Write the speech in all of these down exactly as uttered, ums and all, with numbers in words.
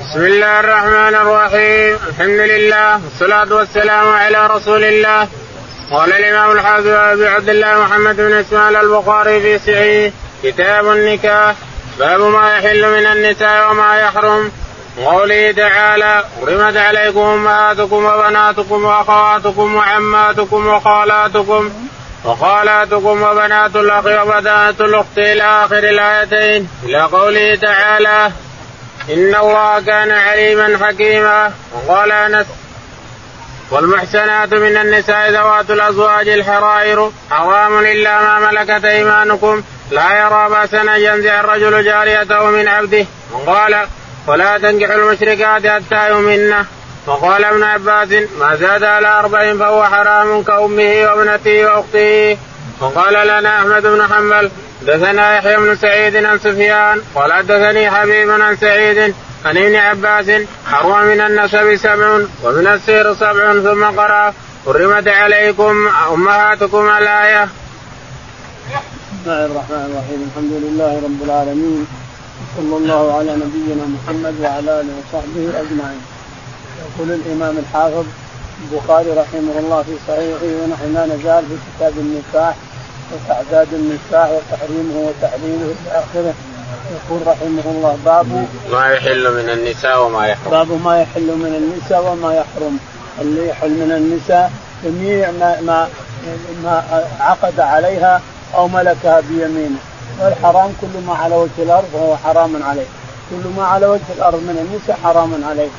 بسم الله الرحمن الرحيم. الحمد لله والصلاة والسلام على رسول الله. قال الإمام الحافظ أبي عبد الله محمد بن إسماعيل البخاري في صحيح كتاب النكاح باب ما يحل من النساء وما يحرم. قوله تعالى: حرمت عليكم أمهاتكم وبناتكم وأخواتكم وعماتكم وخالاتكم وخالاتكم وبنات الأخ وبنات الأخت إلى آخر الآيتين إلى قوله تعالى: إن الله كان عليما حكيما. وقال أنس: والمحسنات من النساء ذوات الأزواج الحرائر حرام إلا ما ملكت أيمانكم لا يرى بأسا أن ينزع الرجل جاريته من عبده. وقال: ولا تنكحوا المشركات حتى يؤمنن. وقال ابن عباس: ما زاد على أربع فهو حرام كأمه وابنته وأخته. وقال لنا أحمد بن حنبل: حدثنا يحيى بن سعيد عن سفيان قال حدثني حبيب عن سعيد عن ابن عباس: حرم من النسب سبع ومن السير سبع. ثم قرأ: حرمت عليكم أمهاتكم الآية. بسم الله الرحمن الرحيم. الحمد لله رب العالمين، صلى الله على نبينا محمد وعلى آله وصحبه أجمعين. يقول الإمام الحافظ البخاري رحمه الله في صحيحه: ونحن لا نزال في كتاب النكاح وتعداد النكاح وتحريمه وتحليله إلى آخره. يقول رحمه الله: باب ما يحل من النساء وما يحرم. باب ما يحل من النساء وما يحرم. اللي يحل من النساء جميع ما, ما, ما عقد عليها أو ملكها بيمينه، والحرام كل ما على وجه الأرض فهو حرام عليه، كل ما على وجه الأرض من النساء حرام عليه،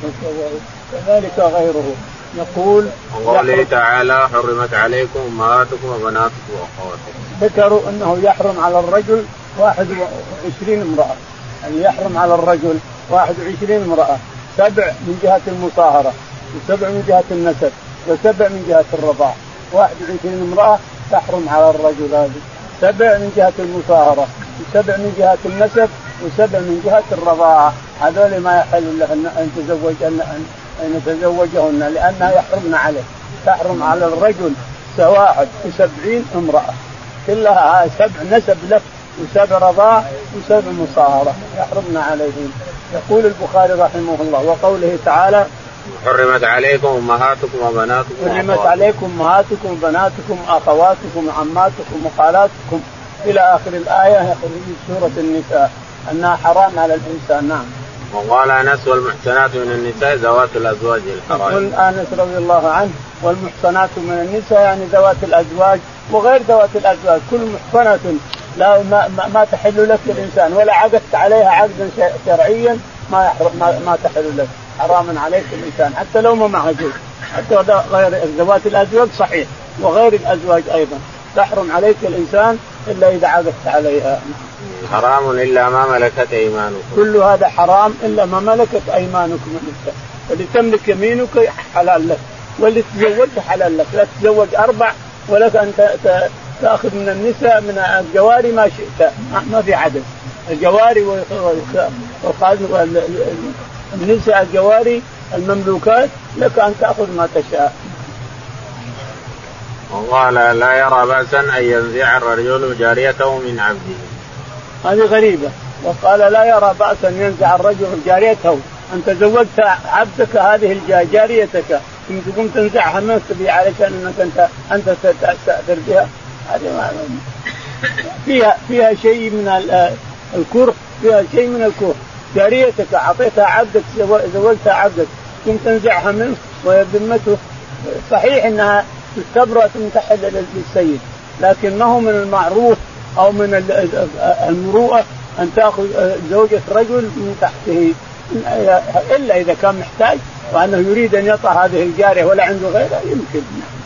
كذلك غيره. يقول: قوله تعالى: حرمت عليكم أمهاتكم وبناتكم وأخواتكم. ذكروا أنه يحرم على الرجل واحد وعشرين امرأة، اللي يحرم على الرجل واحد وعشرين امرأة، سبع من جهة المصاهرة وسبع من جهة النسب وسبع من جهة الرضاع. واحد وعشرين امرأة تحرم على الرجل، هذه سبع من جهة المصاهرة وسبع من جهة النسب وسبع من جهة الرضاعة. هذول ما يحل لهن أن تزوجن أن يتزوجهن لأنها يحرمن عليه. تحرم على الرجل واحد وسبعين امرأة كلها سبع نسب له وسبع رضاع وسبع مصاهرة يحرمن عليهم. يقول البخاري رحمه الله: وقوله تعالى: حرمت عليكم أمهاتكم وبناتكم حرمت عليكم أمهاتكم وبناتكم أخواتكم وعماتكم وخالاتكم إلى آخر الآية في سورة النساء أنها حرام على الإنسان. نعم. وقال أنس: والمحسنات من النساء ذوات الأزواج الحرائر. يقول أنس رضي الله عنه: والمحسنات من النساء يعني ذوات الأزواج وغير ذوات الأزواج، كل محسنة لا ما, ما, ما تحل لك الإنسان ولا عقدت عليها عقدا شرعيا ما, ما, ما تحل لك، حرام عليك الإنسان حتى لو ما معها زوج، حتى غير ذوات الأزواج صحيح وغير الأزواج أيضا تحرم عليك الإنسان إلا إذا عقدت عليها. حرام إلا ما ملكت أيمانكم. كل هذا حرام إلا ما ملكت أيمانكم. اللي تملك يمينك حلال لك، واللي تزوج حلال لك. لا تتزوج أربع ولك أن تأخذ من النساء من الجواري ما شئت، ما في عدد. الجواري والنساء الجواري المملوكات لك أن تأخذ ما تشاء. وقال: لا يرى بأسا أن ينزع الرجل جاريته من عبده. هذه غريبة. وقال: لا يرى بأسا أن ينزع الرجل جاريته. أنت زوجت عبدك هذه جاريتك ثم تقوم تنزعها من تبي عليك أنك أنت أنت تستأثر بها. هذه فيها فيها شيء من الكره، فيها شيء من الكره. جاريتك أعطيتها عبدك، زوجتها عبدك ثم تنزعها منه وهي ذمته. صحيح أنها تستبرأ تحل للسيد، لكن ما هو من المعروف أو من المروءة أن تأخذ زوجة رجل من تحته إلا إذا كان محتاج وأنه يريد أن يطع هذه الجارية ولا عنده غيرها يمكن.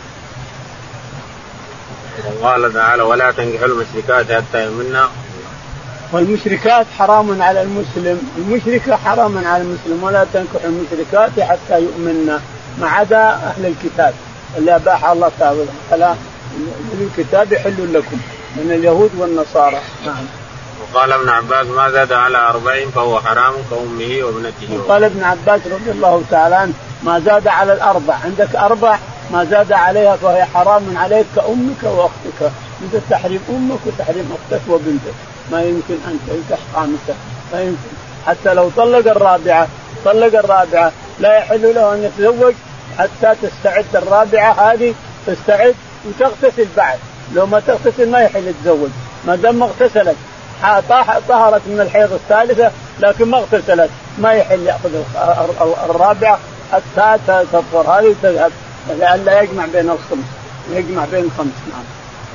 وقال تعالى: ولا تنكحوا المشركات حتى يؤمنن. والمشركات حرام على المسلم، المشركة حرام على المسلم، ولا تنكحوا المشركات حتى يؤمنن ما عدا أهل الكتاب اللي أباح الله تعالى. فلا الكتاب يحل لكم من اليهود والنصارى. نعم. وقال ابن عباس: ما زاد على أربعين فهو حرام كأمه وابنته. وقال ابن عباس رضي الله تعالى عنه: ما زاد على الأربع، عندك أربع ما زاد عليها فهي حرام عليك كأمك وأختك. أنت تحرم أمك وتحرم أختك وبنتك، ما يمكن أن تنكح خامسة، ما يمكن. حتى لو طلق الرابعة طلق الرابعة لا يحل له أن يتزوج حتى تستعد الرابعة هذه، تستعد وتغتسل بعد. لو ما تغتسل ما يحل يتزوج، ما دام اغتسلت طهرت من الحيض الثالثة لكن ما اغتسلت ما يحل يأخذ الرابعة حتى تطهر هذه تذهب، لألا يجمع بين الخمس، يجمع بين الخمس. نعم.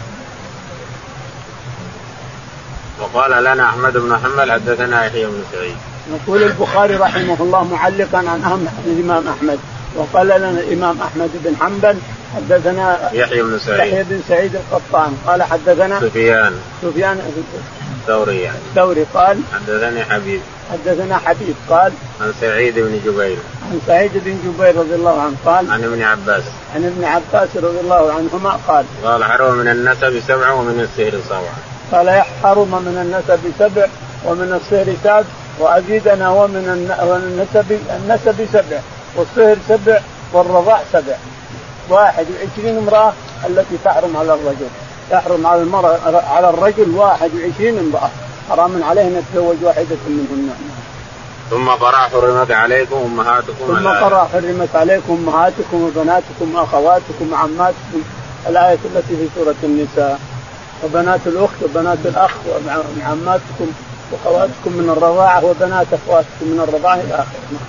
وقال لنا أحمد بن محمد حدثنا يحيى بن سعيد. يقول البخاري رحمه الله معلقا عن الإمام أحمد، وقال لنا الإمام أحمد بن حنبل حدثنا يحيى بن سعيد يحيى بن سعيد القطان قال حدثنا سفيان سفيان الثوري يعني. الثوري قال حدثني حبيب حدثنا حبيب قال عن سعيد بن جبير عن سعيد بن جبير رضي الله عنه قال عن ابن عباس عن ابن عباس رضي الله عنهما قال قال حرم من النسب سبع ومن السهر سبع. قال يحرم من النسب سبع ومن السهر سبع، وأزيدنا ومن النسب النسب سبع والسهر سبع والرضاع سبع. واحد وعشرين امرأة التي تحرم على الرجل، تحرم على المرأة على الرجل واحد وعشرين امرأة حرام عليه أن يتزوج واحدة منهن. ثم قرأ حرمت عليكم أمهاتكم ثم قرأ حرمت عليكم أمهاتكم وبناتكم وأخواتكم وعماتكم الآية التي في سورة النساء، وبنات الأخت وبنات الأخ وعماتكم وأخواتكم من الرضاعة وبنات أخواتكم من الرضاعة إلى آخره.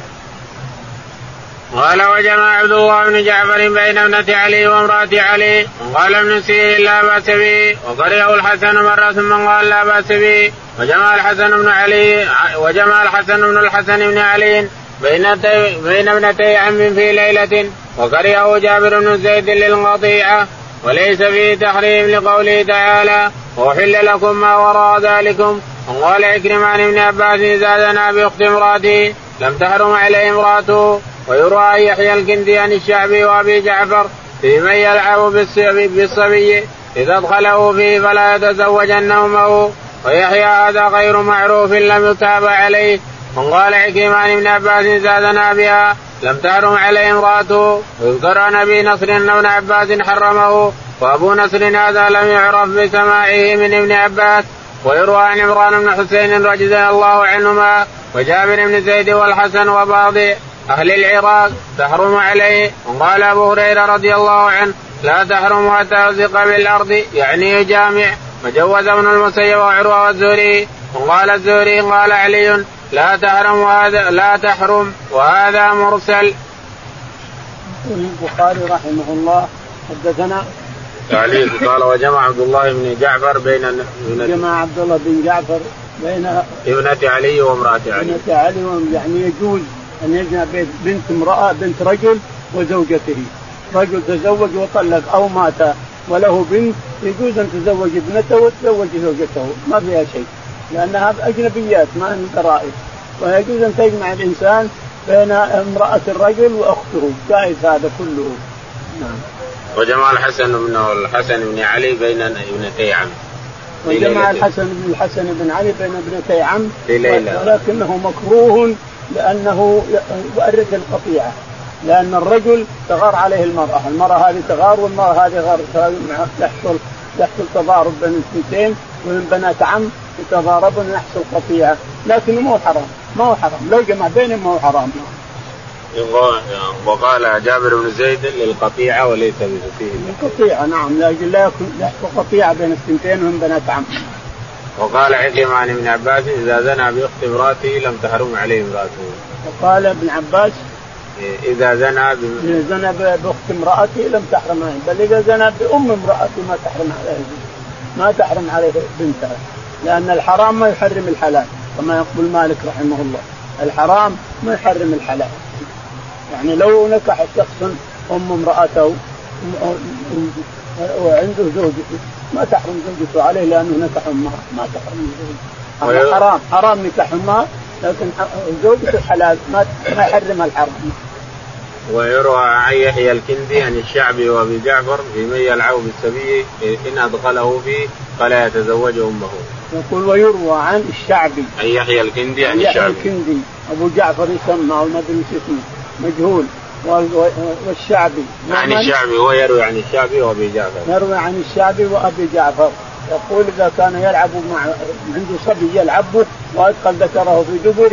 قال وجمع عبد الله بن جعفر بين ابنة علي وامرأة علي، وقال ابن سيرين لا بأس به، وقرئه الحسن مرة ثم قال لا بأس به. وجمع الحسن بن علي وجمع الحسن بن الحسن بن علي بين بين ابنتي عم في ليلة، وقرئه جابر بن زيد للقطيعة، وليس فيه تحريم لقوله تعالى وأحل لكم ما وراء ذلكم. وقال عكرمة عن ابن عباس إذا زنى بأخت امرأته لم تحرم عليه امرأته. ويروى أن يحيى الكندي عن الشعبي وأبي جعفر في من يلعب بالصبي إذا ادخله فيه فلا يتزوجن نومه، ويحيى هذا غير معروف لم يتابع عليه. وقال عكرمة عن ابن عباس إذا زنى بها لم تحرم عليه امرأته. ويذكر عن أبي نصر أن ابن عباس حرمه، وأبو نصر هذا لم يعرف بسماعه من ابن عباس. ويروى عن عمران بن حسين رضي الله عنهما وجابر بن زيد والحسن وبعض أهل العراق تحرم عليه. وقال أبو هريرة رضي الله عنه لا تحرم حتى يلصق بالأرض يعني يجامع. وجوز ابن المسيب وعروة والزهري. وقال الزهري قال علي لا تحرم وهذا لا تحرم وهذا مرسل. البخاري رحمه الله حدثنا تعليق قال وجمع عبد الله بن جعفر بين جمع عبد الله بن جعفر بين ابنة علي وامرأة علي. ابنة علي يعني يجوز أن يجمع بين بنت امرأة بنت رجل وزوجته، رجل تزوج وطلق أو مات وله بنت يجوز أن تزوج ابنته وتزوج زوجته ما فيها شيء، لأنها أجنبيات ما هن قرائب. ويجوز أن تجمع الإنسان بين امرأة الرجل وأخته، جائز هذا كله. نعم. وجمع الحسن بن الحسن بن علي بين ابنتي عم. وجمع الحسن بن الحسن بن علي بين ابنتي عم في ليلة، ولكنه مكروه لأنه يؤرث القطيعة، لأن الرجل تغار عليه المرأة، المرأة هذه تغار والمرأة هذه غار، يحصل يحصل تضارب بين الاثنتين، ومن بنات عم يتضاربون يحصل قطيعة، لكنه مو حرام، ما هو حرام لو جمع بينهم ما هو حرام. وقال جابر بن زيد للقطيعة وليس فيه القطيعة. نعم لا يكون يحصل قطيعة بين الثنتين ومن بنات عم. وقال عكرمة عن ابن عباس إذا زنى بأخت امرأته لم تحرم عليه امرأته. وقال ابن عباس إذا زنى ب... إذا زنى بأخت امرأته لم تحرم عليه، بل إذا زنى بأم امرأته ما تحرم عليه ما تحرم عليه بنتها، لأن الحرام ما يحرم الحلال كما يقول مالك رحمه الله، الحرام ما يحرم الحلال. يعني لو نكح شخص أم امرأته وعنده زوجته ما تحرم زوجته عليه لأنه نكح أمها، ما تحرم زوجته. حرام حرام نكح أمها، لكن زوجته حلال ما ما يحرم الحرام. ويروى عن يحيى الكندي عن الشعبي وابي جعفر في من يلعب بالسبي إن أدخله فيه فلا يتزوج أمه. يقول ويروى عن الشعبي عن يحيى الكندي عن الشعبي الكندي أبو جعفر يسمى أو مدري اسمه مجهول، والشعبي عن الشعبي هو يروي عن الشعبي وابي جعفر يروي عن الشعبي وابي جعفر. يقول إذا كان يلعب مع عنده صبي يلعبه وأدخل ذكره في دبره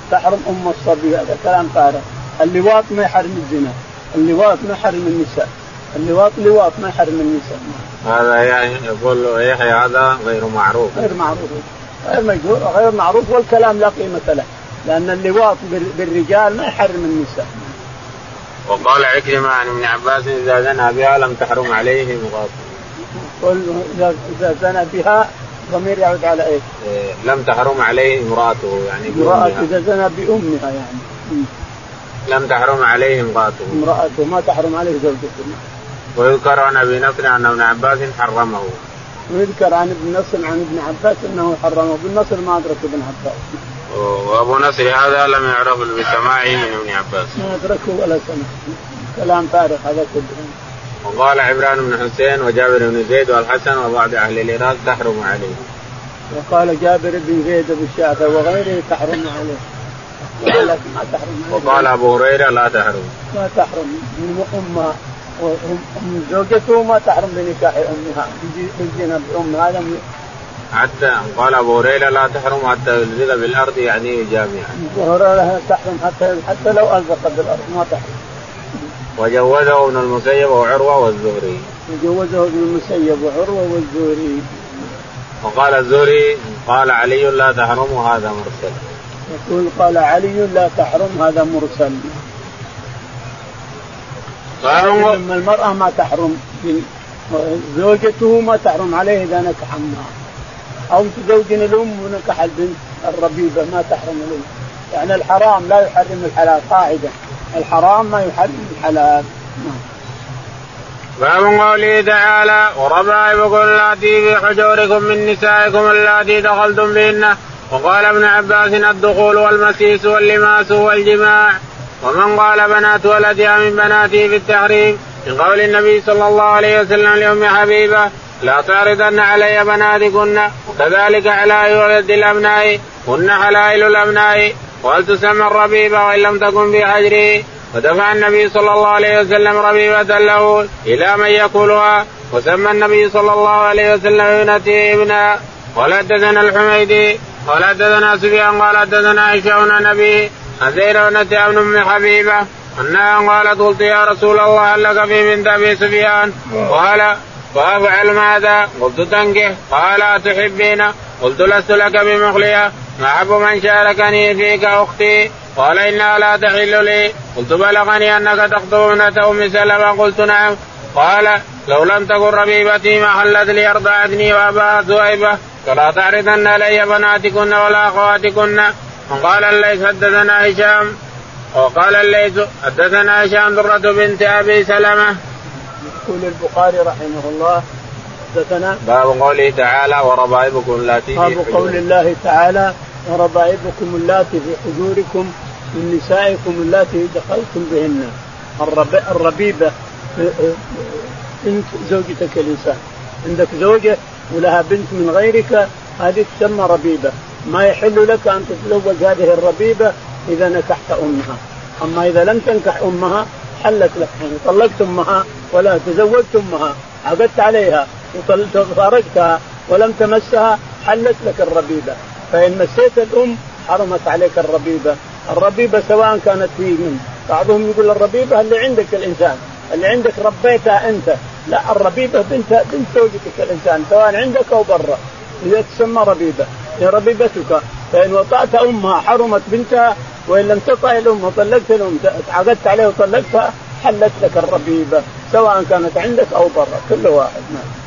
تحرم أم الصبي، هذا كلام فارغ. اللواط ما يحرم الزنا، اللواط ما يحرم النساء، اللواط لواط ما يحرم النساء. هذا يعني يقول يحيى هذا غير معروف، غير معروف غير مجهول غير معروف، والكلام لا قيمة له، لأن اللواط بالرجال ما يحرم النساء. وقال عكرمة عن ابن عباس إذا زنى بها لم تحرم عليه مراته. قل إذا زنى بها ضمير يعود على إيه؟ إيه لم تحرم عليه امرأته يعني امرأة إذا زنى بأمها يعني م. لم تحرم عليه امرأته امرأته ما تحرم عليه زوجته. ويذكر عن أبي نصر عن ابن عباس حرمه. ويذكر عن ابن نصر عن ابن عباس أنه حرمه، ابن نصر ما أدرك ابن عباس. وأبو نصر هذا لم يعرف بسماعه من ابن عباس، ما أدركه ولا سمع، كلام فارغ هذا كله. وقال عمران بن حسين وجابر بن زيد والحسن وبعض أهل العراق تحرم عليه. وقال جابر بن زيد بالشافعي وغيره تحرم عليه، وقال ما تحرم عليه. وقال أبو هريرة لا تحرم، ما تحرم من أمها وأم زوجته، ما تحرم بنكاح أمها بالزنا بأمها. هذا حتى قال أبو هريرة لا تحرم حتى يلزق بالأرض يعني جامعا. أبو هريرة تحرم حتى حتى لو ألزق بالأرض ما تحرم. وجوزه ابن المسيب وعروة والزهري. وجوزه ابن المسيب وعروة والزهري. وقال الزهري قال علي لا تحرم هذا مرسل. يقول قال علي لا تحرم هذا مرسل. قالوا أما المرأة ما تحرم، زوجته ما تحرم عليه إذا نكح أمها، أو تزوجين الأم ونكح البنت الربيبة ما تحرم عليه. يعني الحرام لا يحرم الحلال، قاعدة الحرام ما يحرم الحلال. باب قوله تعالى وربائبكم اللاتي في حجوركم من نسائكم اللاتي دخلتم بهن. وقال ابن عباس الدخول والمسيس واللماس والجماع. ومن قال بنات ولدها من بناته في التحريم من قول النبي صلى الله عليه وسلم لأم حبيبة لا تعرضن علي بناتكن وكذلك حلائل ولد الأبناء هن حلائل الأبناء وهل تسمى الربيبة وإن لم تكن في حجره. ودفع النبي صلى الله عليه وسلم ربيبة له إلى من يقولها وسمى النبي صلى الله عليه وسلم ابنته ابنها. قال حدثنا الحميدي قال حدثنا سفيان قال حدثنا عائشة عن نبيه عن زينب بن أم حبيبة أنها قالت قلت يا رسول الله هل لك في بنت أبي سفيان؟ قال فأفعل ماذا؟ قلت تنكح. قال أتحبين؟ قلت لست لك بمخلية ما أحب من شاركني فيك أختي. قال إنها لا تحل لي. قلت بلغني أنك تخطب ابنة أم سلمة. قلت نعم. قال لو لم تكن ربيبتي ما حلت لي أرضعتني وأباها سويبة فلا تعرضن علي بناتكن ولا أخواتكن. وقال الليث حدثنا هشام وقال الليث حدثنا هشام درة بنت أبي سلمة. يقول البخاري رحمه الله حدثنا باب قوله تعالى وربائبكم اللاتي في باب قول الله تعالى وربائبكم اللاتي في حجوركم من نسائكم اللاتي دخلتم بهن. الربيبة بنت زوجتك الإنسان، عندك زوجة ولها بنت من غيرك هذه تسمى ربيبة. ما يحل لك أن تتزوج هذه الربيبة إذا نكحت أمها. أما إذا لم تنكح أمها حلت لك، يعني طلقت أمها ولا تزوجت أمها عقدت عليها وفارقتها ولم تمسها حلت لك الربيبة. فإن مسيت الأم حرمت عليك الربيبة. الربيبة سواء كانت في من بعضهم يقول الربيبة اللي عندك الإنسان اللي عندك ربيتها أنت، لا الربيبة بنت بنت زوجتك الإنسان سواء عندك أو برا هي تسمى ربيبة، هي ربيبتك. فإن وطأت أمها حرمت بنتها، وإن لم تطأ الأم وطلقت الأم عقدت عليها وطلقتها حلت لك الربيبة سواء كانت عندك أو برا كل واحد.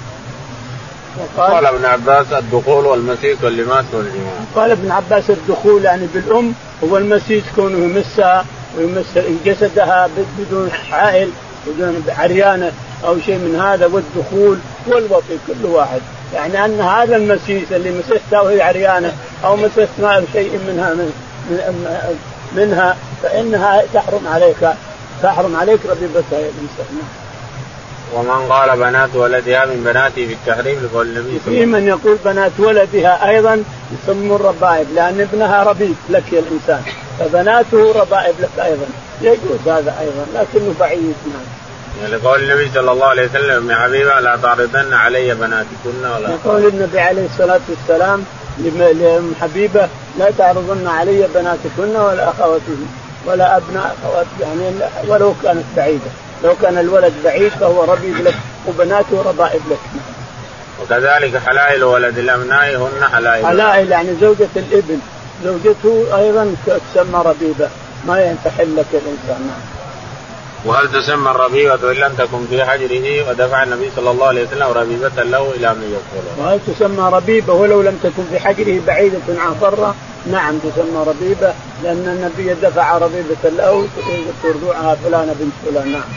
قال ابن عباس الدخول والمسيس واللماس والجماع. قال ابن عباس الدخول يعني بالأم هو المسيس كونه يمسها ويمس جسدها بدون حائل بدون عريانة أو شيء من هذا، والدخول والوطي كل واحد، يعني أن هذا المسيس اللي مسستها وهي عريانة أو مسست ما شيء منها من منها فإنها تحرم عليك تحرم عليك ربيبتها يا الإنسان. ومن قال بنات ولدها من بناتي في التحريم لقول النبي في من يقول بنات ولدها أيضا يسمون الربائب لأن ابنها ربيب لك يا الإنسان، فبناته ربائب لك أيضا يجوز هذا أيضا لكنه بعيد. يعني لقول النبي صلى الله عليه وسلم يا حبيبة لا تعرضن علي بناتكن ولا. يقول النبي عليه الصلاة والسلام لأم حبيبة لا تعرضن علي بناتكن ولا أخواتهن ولا أبناء أخوات يعني ولو كانت بعيدة، لو كان الولد بعيد فهو ربيب لك وبناته ربائب لك. وكذلك حلائل ولد الأبناء هن حلائل. حلائل يعني زوجة الابن زوجته أيضا تسمى ربيبة ما ينتحل لك الإنسان. وهل تسمى الربيبة وإن لم تكن في حجره ودفع النبي صلى الله عليه وسلم ربيبة له إلى من يقتله. وهل تسمى ربيبة ولو لم تكن في حجره بعيدة عن فرة؟ نعم تسمى ربيبة لأن النبي دفع ربيبة له ترضعها فلانة بنت فلان. نعم.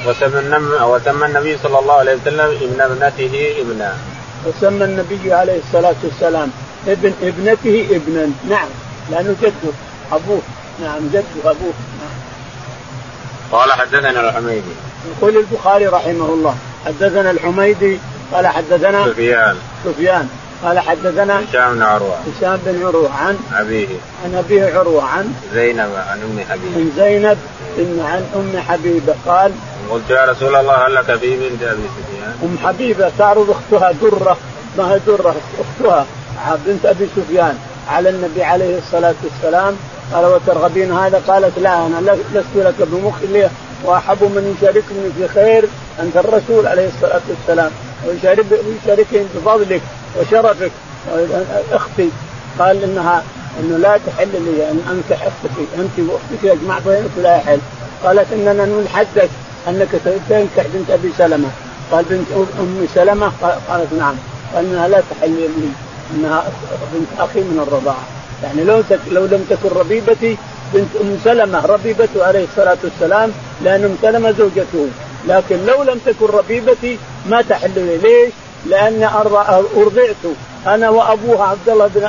وسمى النبي صلى الله عليه وسلم ابن ابنته ابنا. وسمى النبي عليه الصلاة والسلام ابن ابنته ابنا. نعم لأنه جده أبوه. نعم جده أبوه. نعم. قال حدثنا الحميدي. يقول البخاري رحمه الله حدثنا الحميدي قال حدثنا سفيان سفيان قال حدثنا هشام بن عروة هشام بن عروة عن أبيه عن أبيه عروة عن زينب عن أم حبيبة عن زينب إن عن أم حبيبة قال قلت يا رسول الله هل لك في بنت أبي سفيان. أم حبيبة تعرض أختها درة ما هي درة أختها بنت أبي سفيان على النبي عليه الصلاة والسلام قال وترغبين هذا؟ قالت لا أنا لست لك بمخلية وأحب من يشاركني في خير أنت الرسول عليه الصلاة والسلام ويشاركني بفضلك وشرفك أختي. قال إنها إنه لا تحل لي أن أنكح أختك أنت وأختك يجمع بينك لا يحل. قالت إننا نحدث أنك تنكح بنت أبي سلمة. قال بنت أم سلمة؟ قالت نعم. قال إنها لا تحل لي إنها بنت أخي من الرضاعة يعني لو لو لم تكن ربيبتي بنت أم سلمة ربيبته عليه الصلاة والسلام لأن أم سلمة زوجته لكن لو لم تكن ربيبتي ما تحل لي. ليش؟ لأن أرضعت أنا وأبوها عبد الله بن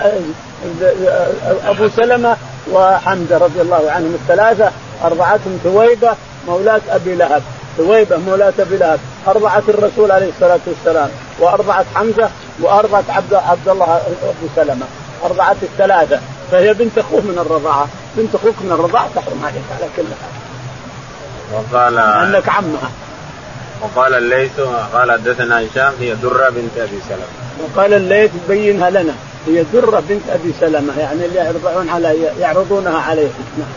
أبو سلمة وحمزة رضي الله عنهم الثلاثة أرضعتهم ثويبة مولاة أبي لهب. ثويبة مولاة أبي لهب أرضعت الرسول عليه الصلاة والسلام وأرضعت حمزة وأرضعت عبد عبد الله أبو سلمة أرضعت الثلاثة فهي بنت أخوه من الرضاعة. بنت أخوك من الرضاعة تحرم عليك على كل حال. وقال أنك عمها. وقال الليث قال حدثنا هشام هي درة بنت أبي سلمة. وقال الليث بينها لنا هي درة بنت أبي سلمة يعني اللي يرضعون على يعرضونها عليه.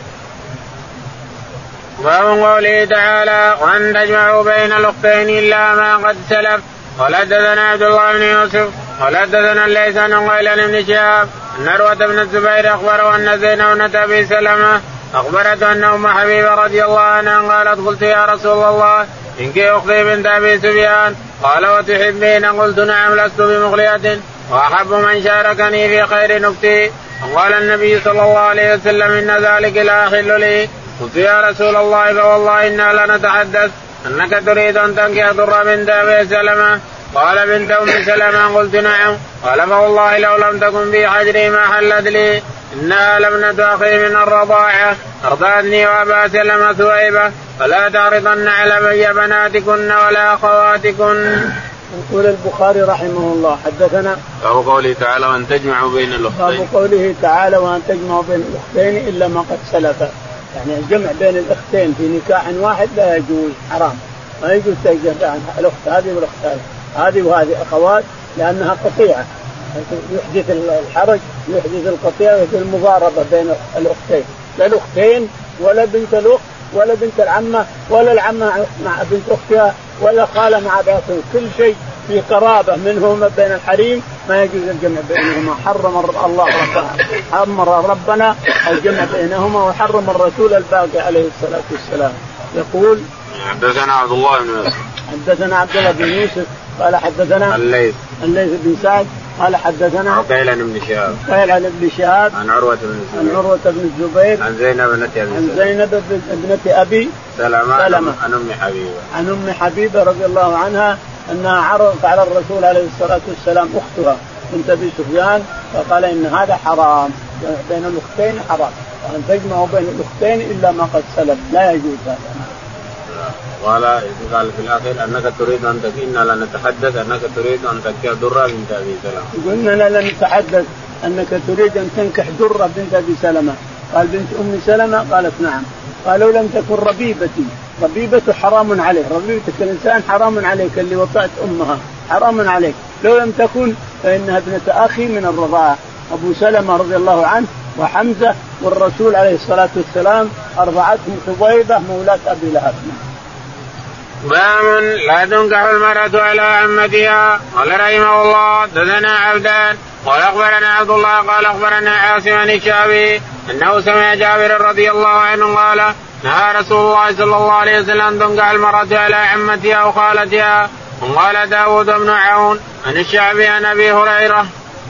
باب قوله تعالى وأن تجمعوا بين الأختين إلا ما قد سلف. قال حدثنا عبد الله بن يوسف قال حدثنا الليث عن غيلان بن شهاب أن عروة بن الزبير أخبره أن زينب بنت أبي سلمة أخبرته أن أم حبيبة رضي الله عنها قالت قلت يا رسول الله إنك أختي بنت أبي سفيان قال وتحبين؟ قلت نعم لست بمغلية وأحب من شاركني في خير أختي. قال النبي صلى الله عليه وسلم إن ذلك لا يحل لي. قلت يا رسول الله فوالله إنا لنتحدث أنك تريد أن تنكح درة بنت أبي سلمة. قال بنت أم سلمة. قلت نعم. قال فوالله لو لم تكن في حجري ما حلت لي إنها لابنة أخي من الرضاعة أرضعتني وأبا سلمة ثويبة فلا تعرضن على بناتكن ولا أخواتكن. يقول البخاري رحمه الله حدثنا باب قوله تعالى وأن تجمعوا بين الأختين. باب قوله تعالى وأن تجمعوا بين الأختين إلا ما قد سلف يعني الجمع بين الأختين في نكاح واحد لا يجوز حرام ما يجوز تجمع الأخت هذه والأخت هذه وهذه أخوات لأنها قطيعة يحدث الحرج يحدث القطيعة ويحدث المضاربة بين الأختين لا الأختين ولا بنت الأخت ولا بنت العمة ولا العمة مع بنت أختها ولا خالة مع بنتها كل شيء في قرابة منهما بين الحريم ما يجوز الجمع بينهما. حرم الله ربنا حرم ربنا الجمع بينهما وحرم الرسول الباقي عليه الصلاة والسلام. يقول حدثنا عبد الله بن يوسف حدثنا عبد الله بن يوسف قال حدثنا الليث الليث بن سعد قال حدثنا غيلان بن شهاب غيلان بن شهاب عن عروة بن الزبير عن عروة بن الزبير عن زينب بنت أبي عن زينب بنت أبي سلمة عن أم حبيبة عن أم حبيبة رضي الله عنها أنها عرضت على الرسول عليه الصلاة والسلام أختها بنت أبي سفيان فقال إن هذا حرام بين الأختين حرام وأن تجمعوا بين الأختين إلا ما قد سلف لا يجوز هذا. قال قال في الأخير أنك تريد أن تكينا لنتحدث أنك تريد أن تنكح درة بنت أبي سلمة. قلنا لنتحدث أنك تريد أن تنكح درة بنت أبي سلمة. قال بنت أم سلمة؟ قالت نعم. قالوا لم تكن ربيبتي ربيبة حرام عليه ربيبتك الإنسان حرام عليك اللي وطأت أمها حرام عليك لو لم تكن فإنها ابنة أخي من الرضاعة أبو سلمة رضي الله عنه وحمزة والرسول عليه الصلاة والسلام أربعتهم حبيبة مولاة أبي لهب. باب لا تنكح المرأة على عمتها. قال رحمه الله دثنا عبدان قال أخبرنا عبد الله قال أخبرنا عاصم عن الشعبي أنه سمع جابر رضي الله عنه قال نهى رسول الله صلى الله عليه وسلم أن تنكح المرأة على عمتها وخالتها. وقال داود بن عون عن الشعبي عن أبي هريرة.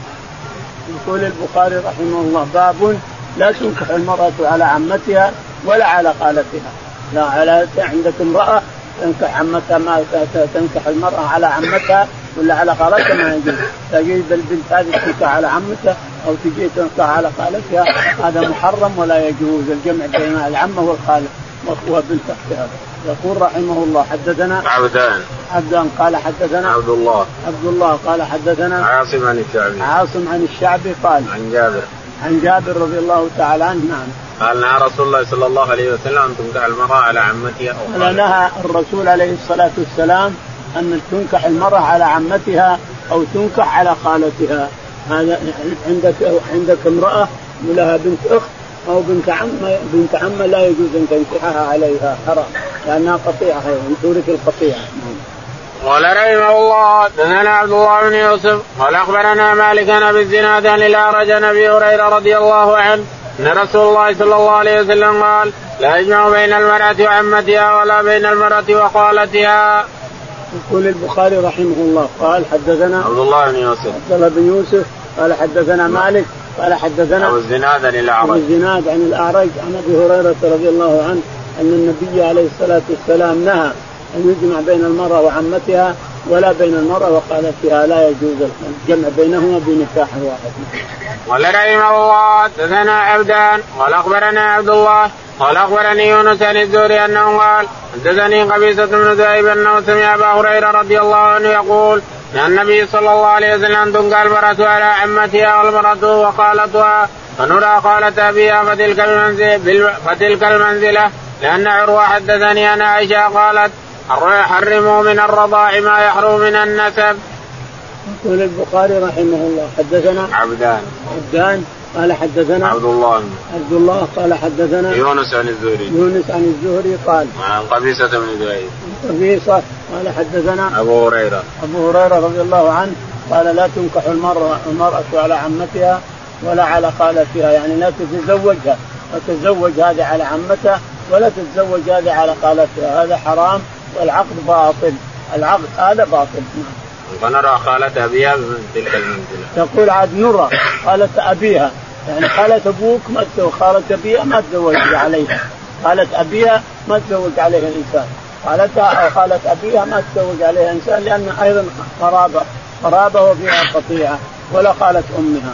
يقول البخاري رحمه الله باب لا تنكح المرأة على عمتها ولا على خالتها. لا على عندك امرأة تنكح عمتها ما تنكح المرأة على عمتها ولا على خالتها ما يجوز. تجد البنت هذه تنكح على عمتها أو تجي تنكح على خالتها هذا محرم ولا يجوز الجمع بين العمة والخالة وأخوها بنت أختها. يقول رحمه الله حدثنا عبدان عبدان قال حدثنا عبد الله عبد الله قال حدثنا عاصم عن الشعبي عاصم عن الشعبي قال عن جابر عن جابر رضي الله تعالى عنه. نعم قال نهى رسول الله صلى الله عليه وسلم أن تنكح المرأة على عمتها أو خالتها. نهى الرسول عليه الصلاة والسلام أن تنكح المرأة على عمتها أو تنكح على خالتها. هذا عندك عندك امرأة ولها بنت أخت أو بنت عم بنت عم لا يجوز أن تنكحها عليها حرام لأنها قطيعة من تورث القطيعة. قال رحمه الله دثنا عبد الله بن يوسف قال أخبرنا مالك عن أبي الزناد عن الأعرج عن أبي هريرة رضي الله عنه أن رسول الله صلى الله عليه وسلم قال لا يجمع بين المرأة وعمتها ولا بين المرأة وخالتها. يقول البخاري رحمه الله قال حدثنا عبد الله بن يوسف عبد الله بن يوسف قال حدثنا مالك قال حدثنا أبو الزناد عن الأعرج أبو الزناد عن الأعرج عن أبي هريرة رضي الله عنه أن النبي عليه الصلاة والسلام نهى أن يجمع بين المرأة وعمتها ولا بين المرأة وخالتها لا يجوز الجمع بينهما بنكاح واحد. قال رحمه الله دثنا عبدان قال أخبرنا عبد الله قال أخبرني يونس عن الزهري أنه قال حدثني قبيصة بن ذؤيب أنه سمع أبا هريرة رضي الله عنه يقول أن النبي صلى الله عليه وسلم تنكح المرأة على عمتها والمرأة وخالتها فنرى خالتها بها فتلك المنزلة فتلك المنزلة لأن عروة حدثني أن عائشة قالت حرموا من الرضاع ما يحرم من النسب. يقول البخاري رحمه الله حدثنا عبدان عبدان قال حدثنا عبد الله عبد الله قال حدثنا يونس عن الزهري يونس عن الزهري قال عن قبيصة بن ذؤيب قبيصة قال حدثنا أبو هريرة أبو هريرة رضي الله عنه قال لا تنكح المرأة المرأة على عمتها ولا على خالتها يعني لا تتزوجها وتتزوج هذه على عمتها ولا تتزوج هذه على خالتها هذا حرام والعقد باطل العقد هذا باطل. فنرى خالة أبيها من تلك المنزلة. تقول عاد نرى خالة أبيها يعني خالة أبوك ما تزوج خالة أبيها ما تزوج عليها خالة أبيها ما تزوج عليها الإنسان خالتها أو خالة أبيها ما تزوج عليها إنسان لأن أيضا قرابة قرابة وفيها قطيعة ولا خالة أمها.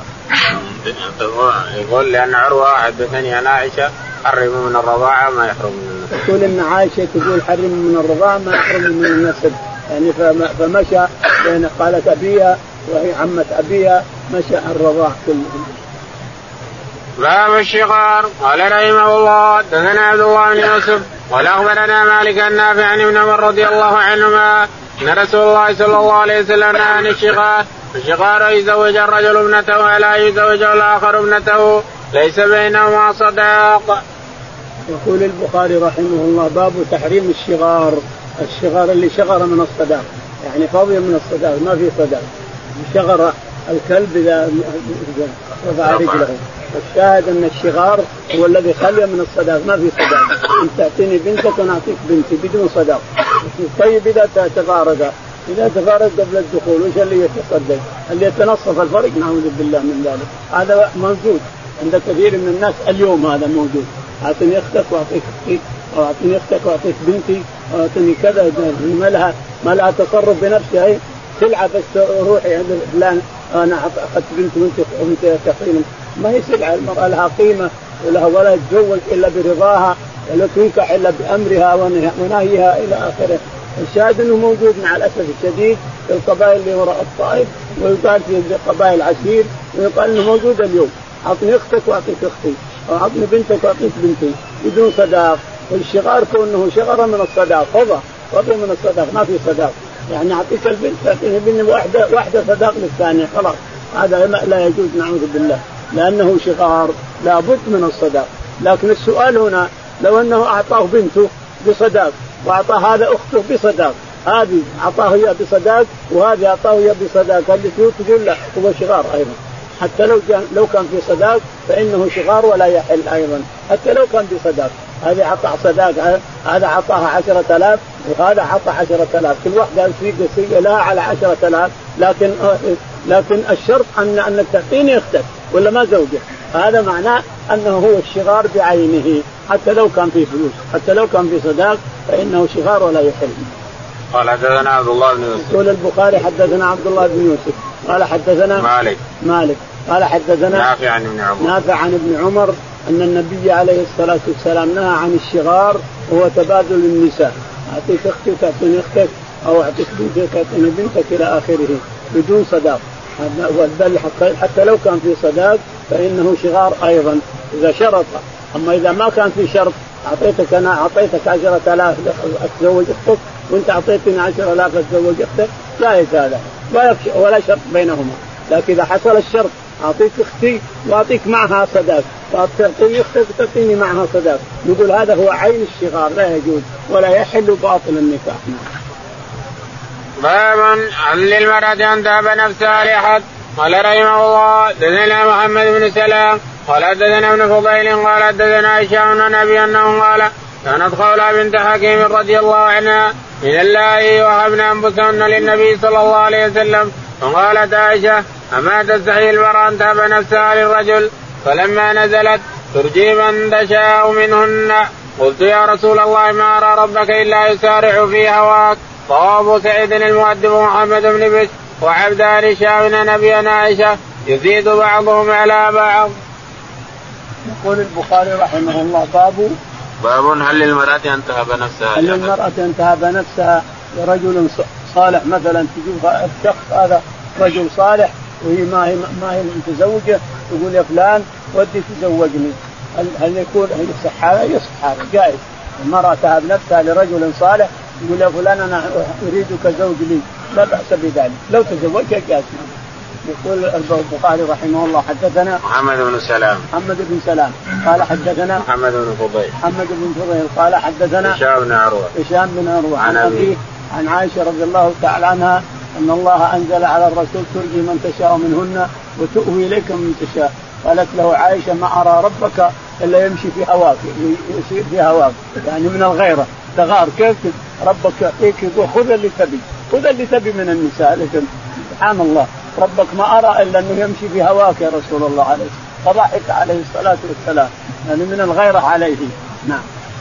يقول لأن عروة حدثني أنا عائشة حرموا من الرضاعة ما يحرم من النسب. تقول إن عائشة تقول حرموا من الرضاعة ما يحرم من النسب يعني فمشى بين قالت أبيها وهي عمة أبيها مشى الرضاع كله. باب الشقار. قال رحمه الله دثنا عبد الله بن يوسف قال أخبرنا مالك النافع عن ابن عمر رضي الله عنهما أن رسول الله صلى الله عليه وسلم نهى عن الشقار. الشقار يزوج الرجل ابنته ولا يزوج الآخر ابنته ليس بينهما صداق. يقول البخاري رحمه الله باب تحريم الشغار الشغار اللي شغر من الصداق يعني فاضي من الصداق ما في صداق شغر الكلب إذا رفع رجله. الشاهد أن الشغار هو الذي خلي من الصداق ما في صداق أنت تعطيني بنتك ونعطيك بنتي بدون صداق. طيب إذا تفارق إذا تفارق قبل الدخول وش اللي يتصدق اللي يتنصف الفرق نعوذ بالله من ذلك هذا موجود عند كثير من الناس اليوم هذا موجود أعطني أختك وأعطيك أختي أو أعطني أختك وأعطيك بنتي أو أعطني كذا ما لها ما لها تصرف بنفسها هي سلعة بس روحي عند فلان أنا أخذت بنت وأنت وأنت تقيمة ما هي سلعة المرأة لها قيمة ولها ولا تتزوج إلا برضاها ولا تنكح إلا بأمرها ونهيها إلى آخره. الشاهد أنه موجود مع الأسف الشديد في القبائل اللي وراء الطائف ويقال في قبائل عشير ويقال أنه موجود اليوم أعطني أختك وأعطيك أختي أو أعطني بنتك وأعطيك بنتي بدون صداق. والشغار كونه شغر من الصداق فضى فضى من الصداق ما في صداق يعني أعطيك البنت أعطيني بنت واحدة واحدة صداق للثانية خلاص هذا لا يجوز نعوذ بالله، لأنه شغار لا بد من الصداق. لكن السؤال هنا لو أنه أعطاه بنته بصداق وأعطاه هذا أخته بصداق، هذه أعطاه إياه بصداق وهذه أعطاه إياه بصداق، اللي تقول له هو شغار أيضا، حتى لو كان لو كان في صداق فإنه شغار ولا يحل أيضا، حتى لو كان بصداق. هذا أعطى صداق، هذا أعطاها عشرة آلاف وهذا أعطى عشرة آلاف، كل واحدة السيقة لها على عشرة آلاف، لكن لكن الشرط أن أنك تعطيني أختك ولا ما زوجك. هذا معناه أنه هو الشغار بعينه، حتى لو كان في فلوس، حتى لو كان في صداق فإنه شغار ولا يحل. قال حدثنا عبد الله بن يوسف. يقول البخاري حدثنا عبد الله بن يوسف قال حدثنا مالك مالك قال حدثنا نافع عن ابن عمر نافع عن ابن عمر أن النبي عليه الصلاة والسلام نهى عن الشغار وهو تبادل النساء، أعطيك أختي تعطيني أختك أو أعطيك بنتك تعطيني بنتك إلى آخره بدون صداق. حتى لو كان في صداق فإنه شغار أيضا إذا شرط. أما إذا ما كان في شرط، أعطيتك أنا أعطيتك عشرة آلاف أتزوج أختك وأنت أعطيتني عشرة آلاف أتزوج أختك، لا يزال ولا شرط بينهما. لكن إذا حصل الشرط أعطيك أختي وأعطيك معها صداق، تعطيني أختك وتعطيني معها صداق، نقول هذا هو عين الشغار، لا يجوز ولا يحل باطل النكاح. باب عن للمرأة أن تهب نفسها لأحد. قال رحمه الله دثنا محمد بن سلام قال دثنا ابن فضيل قال دثنا هشام عن أبي أنه قال كانت خولة بنت حكيم رضي الله عنها من الله وهبنا أنفسهن للنبي صلى الله عليه وسلم، فقالت عائشة أما تستحي المرأة أن تهب نفسها للرجل؟ فلما نزلت ترجي من تشاء منهن قلت يا رسول الله ما أرى ربك إلا يسارع في هواك. رواه سعيد المؤدب محمد بن بشر وعبدان هشام نبي عائشة يزيد بعضهم على بعض. يقول البخاري رحمه الله باب باب هل للمرأة أن تهب نفسها هل للمرأة أن تهب نفسها لرجل صالح، مثلا تجيب الشخص هذا رجل صالح وهي ما هي ما هي متزوجة تقول يا فلان ودي تزوجني، هل يكون هل يصح هذا؟ يصح هذا جائز. المرأة تهب نفسها لرجل صالح يقول يا فلان أنا أريدك زوج لي، لا بأس بذلك لو تزوجك جائز. يقول البخاري رحمه الله حدثنا محمد بن سلام محمد بن سلام قال حدثنا محمد بن فضيل محمد بن فضيل قال حدثنا هشام بن عروة هشام بن عروة عن أبيه عن عائشة رضي الله تعالى عنها أن الله أنزل على الرسول ترجي من تشاء منهن وتؤوي إليك من تشاء. قالت له عائشة ما أرى ربك إلا يمشي في هواك، يسير في هواك يعني من الغيرة تغار، كيف ربك يعطيك يقول خذ اللي تبي خذ اللي تبي من النساء، لكن سبحان الله ربك ما أرى إلا أنه يمشي في هواك يا رسول الله عليه فضحك عليه الصلاة والسلام يعني من الغيرة عليه. نعم.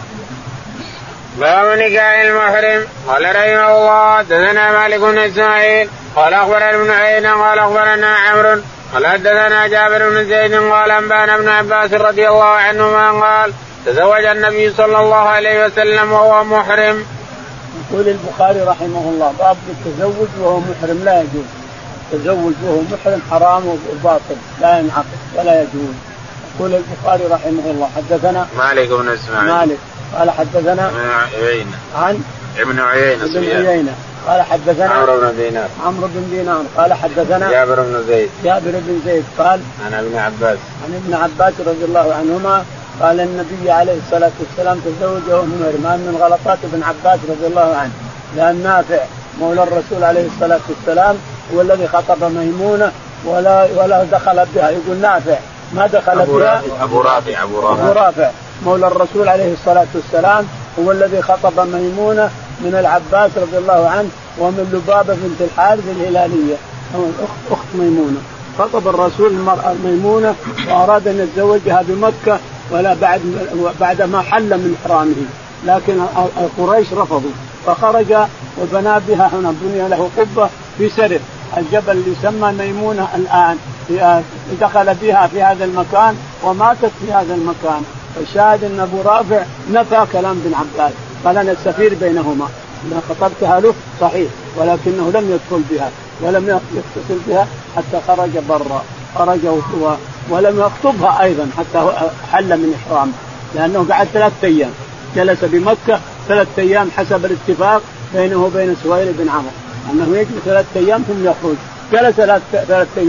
باب نكاح المحرم. قال رحمه الله دثنا مالك بن اسماعيل قال اخبرنا ابن عيينة قال اخبرنا عمرو قال حدثنا جابر بن زيد قال انبانا ابن عباس رضي الله عنهما قال تزوج النبي صلى الله عليه وسلم وهو محرم. يقول البخاري رحمه الله باب التزوج وهو محرم لا يجوز، التزوج وهو محرم حرام وباطل لا ينعقد ولا يجوز. يقول البخاري رحمه الله حدثنا مالك بن اسماعيل مالك قال حدثنا ابن عيينة عن ابن عيينة ابن عيينة قال حدثنا عمرو بن دينار عمرو بن دينار قال حدثنا جابر بن زيد جابر بن زيد قال عن ابن عباس عن ابن عباس رضي الله عنهما قال النبي عليه الصلاة والسلام تزوج وهو محرم. من غلطات ابن عباس رضي الله عنه لأن نافع مولى الرسول عليه الصلاة والسلام هو الذي خطب ميمونة ولا ولا دخل بها، يقول نافع ما دخل أبو بها رافع أبو رافع أبو رافع, أبو رافع مولى الرسول عليه الصلاة والسلام هو الذي خطب ميمونة من العباس رضي الله عنه ومن لبابة بنت الحارث الهلالية أخت أخت ميمونة. خطب الرسول المرأة ميمونة وأراد أن يتزوجها بمكة ولا بعد بعد ما حل من إحرامه، لكن قريش رفضوا فخرج وبنى بها هنا بني له قبة في سرف الجبل اللي يسمى ميمونة الآن، دخل بها في هذا المكان وماتت في هذا المكان. الشاهد أن أبو رافع نفى كلام بن عباس قال أنا السفير بينهما، إذا خطبتها له صحيح ولكنه لم يدخل بها ولم يتصل بها حتى خرج برا خرج ولم يخطبها أيضا حتى حل من إحرامه، لأنه قعد ثلاثة أيام جلس بمكة ثلاثة أيام حسب الاتفاق بينه وبين سهيل بن عمرو أنه يجلس ثلاثة أيام ثم يخرج، جلس ثلاثة أيام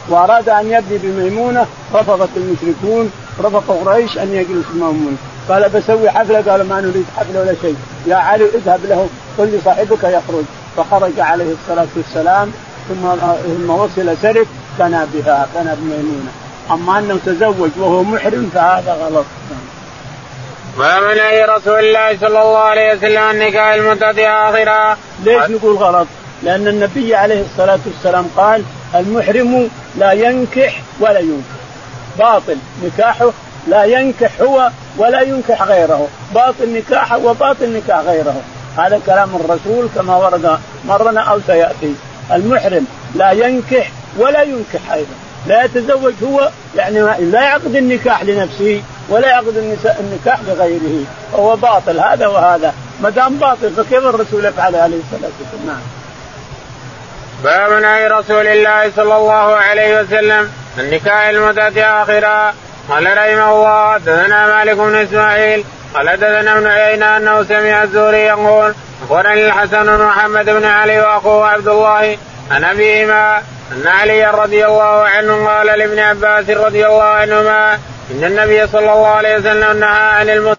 وأراد أن يبني بميمونة رفضت المشركون، رفض قريش أن يجلس بميمونة. قال بسوي حفلة، قال ما نريد حفلة ولا شيء، يا علي اذهب له قل لصاحبك يخرج. فخرج عليه الصلاة والسلام ثم وصل سرف كان بها كان بميمونة. أما أنه تزوج وهو محرم فهذا غلط. ما منع رسول الله صلى الله عليه وسلم النكاح المتعة آخرها. ليش نقول غلط؟ لأن النبي عليه الصلاة والسلام قال المحرم لا ينكح ولا ينكح، باطل نكاحه، لا ينكح هو ولا ينكح غيره، باطل نكاحه وباطل نكاح غيره. هذا كلام الرسول كما ورد مرنا أو سيأتي. المحرم لا ينكح ولا ينكح أيضا، لا يتزوج هو يعني لا يعقد النكاح لنفسه ولا يعقد النكاح لغيره، هو باطل هذا وهذا. ما دام باطل فكيف الرسول يفعل عليه الصلاة والسلام؟ باب نهي رسول الله صلى الله عليه وسلم النكاح المتعة آخرها. قال رحمه الله حدثنا مالك بن اسماعيل قال حدثنا ابن عيينة انه سمع الزهري يقول اخبرني الحسن بن محمد بن علي واخوه عبد الله عن ابيهما ان علي رضي الله عنه قال لابن عباس رضي الله عنهما ان النبي صلى الله عليه وسلم نهى عن المت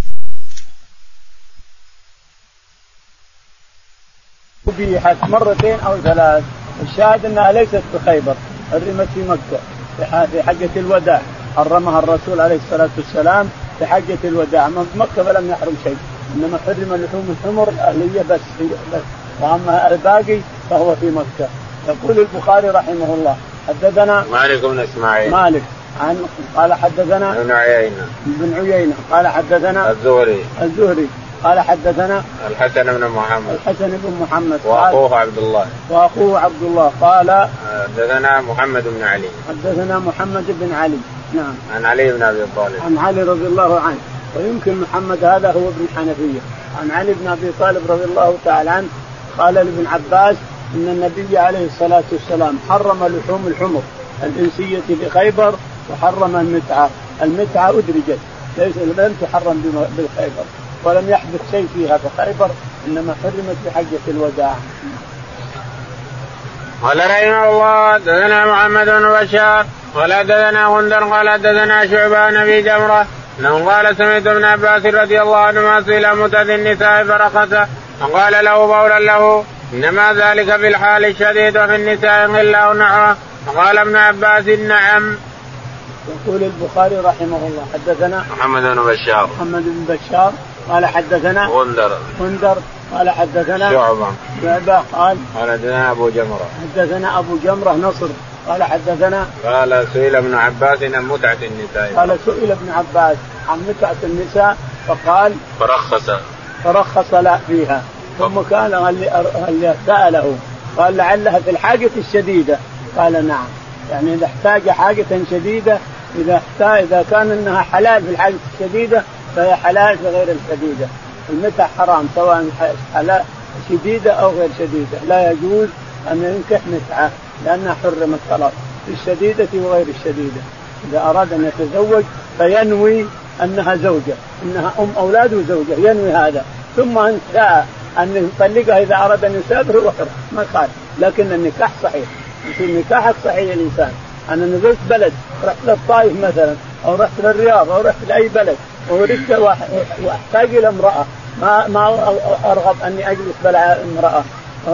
أبيحت مرتين أو ثلاث. الشاهد أنها ليست في خيبر، حرمت في مكة في حجة الوداع، حرمها الرسول عليه الصلاة والسلام في حجة الوداع. من مكة فلم يحرم شيء، إنما حرم لحوم الحمر الأهلية بس, بس وأما الباقي فهو في مكة. يقول البخاري رحمه الله حدثنا مالك بن اسماعيل مالك عن قال حدثنا ابن عيينة ابن عيينة قال حدثنا الزهري الزهري قال حدثنا الحسن بن محمد الحسن بن محمد واخوه عبد الله واخوه عبد الله قال حدثنا محمد بن علي حدثنا محمد بن علي نعم عن علي بن ابي طالب عن علي رضي الله عنه، ويمكن محمد هذا هو ابن حنفية. عن علي بن ابي طالب رضي الله تعالى عنه قال لابن عباس ان النبي عليه الصلاة والسلام حرم لحوم الحمر الإنسية بخيبر وحرم المتعة. المتعة أدرجت ليس لم تحرم بالخيبر ولم يحدث شيء فيها في خيبر، إنما حرمت بحجة الوداع. قال رحمه الله حدثنا محمد بن بشار قال حدثنا غندر قال حدثنا شعبان في جمرة انه قال سمعت ابن عباس رضي الله عنهما سئل متعة النساء فرخص فقال له قولا له انما ذلك في الحال الشديد وفي النساء الا نحوه. فقال ابن عباس نعم. يقول البخاري رحمه الله حدثنا محمد بن بشار محمد بن بشار قال حدثنا غندر غندر قال حدثنا شعبة شعبة قال قال حدثنا أبو جمرة حدثنا أبو جمرة نصر قال حدثنا قال سئل ابن عباس عن متعة النساء قال سئل ابن عباس عن متعة النساء فقال فرخص فرخص لا فيها. ثم كان اللي سأله قال لعلها في الحاجة الشديدة، قال نعم، يعني إذا احتاج حاجة شديدة، إذا احتاج إذا كان إنها حلال في الحاجة الشديدة فهي حلال في غير الشديدة. المتع حرام سواء حلال شديدة أو غير شديدة، لا يجوز أن ينكح متعة لأنها حرمت خلاص في الشديدة وغير الشديدة. إذا أراد أن يتزوج فينوي أنها زوجة، إنها أم أولاد وزوجة، ينوي هذا، ثم إن شاء أن يطلقها إذا أراد أن يسافر وحر ما قال، لكن النكاح صحيح. في نكاحك صحيح الإنسان. أنا نزلت بلد رحت للطائف مثلا أو رحت للرياض أو رحت لأي بلد وردت وأحتاج إلى امرأة، ما ما أرغب أني أجلس بلا امرأة،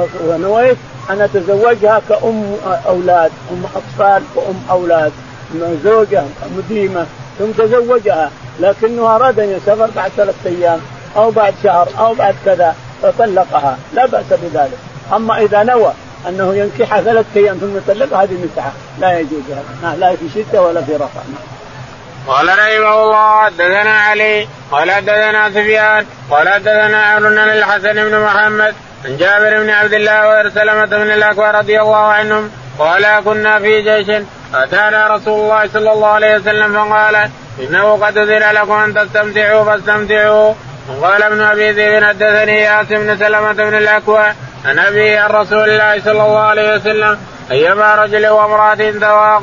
ونويت أن أتزوجها كأم أولاد، أم أطفال وأم أولاد، زوجة مديمة، ثم تزوجها، لكنه أراد أن يسافر بعد ثلاثة أيام أو بعد شهر أو بعد كذا فطلقها، لا بأس بذلك. أما إذا نوى أنه ينكحها ثلاثة أيام ثم يطلقها هذه متعة، لا يجوز هذا، لا في شدة ولا في رخاء. قال رحمه الله حدثنا علي قال حدثنا سفيان قال حدثنا عمرو بن الحسن بن محمد عن جابر بن عبد الله وغير سلمة بن الأكوع رضي الله عنهم قال كنا في جيش أتانا رسول الله صلى الله عليه وسلم فقال إنه قد أذن لكم أن تستمتعوا فاستمتعوا. وقال ابن أبي ذئب حدثني ياسر بن سلمة بن الأكوع عن أبي عن رسول الله صلى الله عليه وسلم أيما رجل وامرأة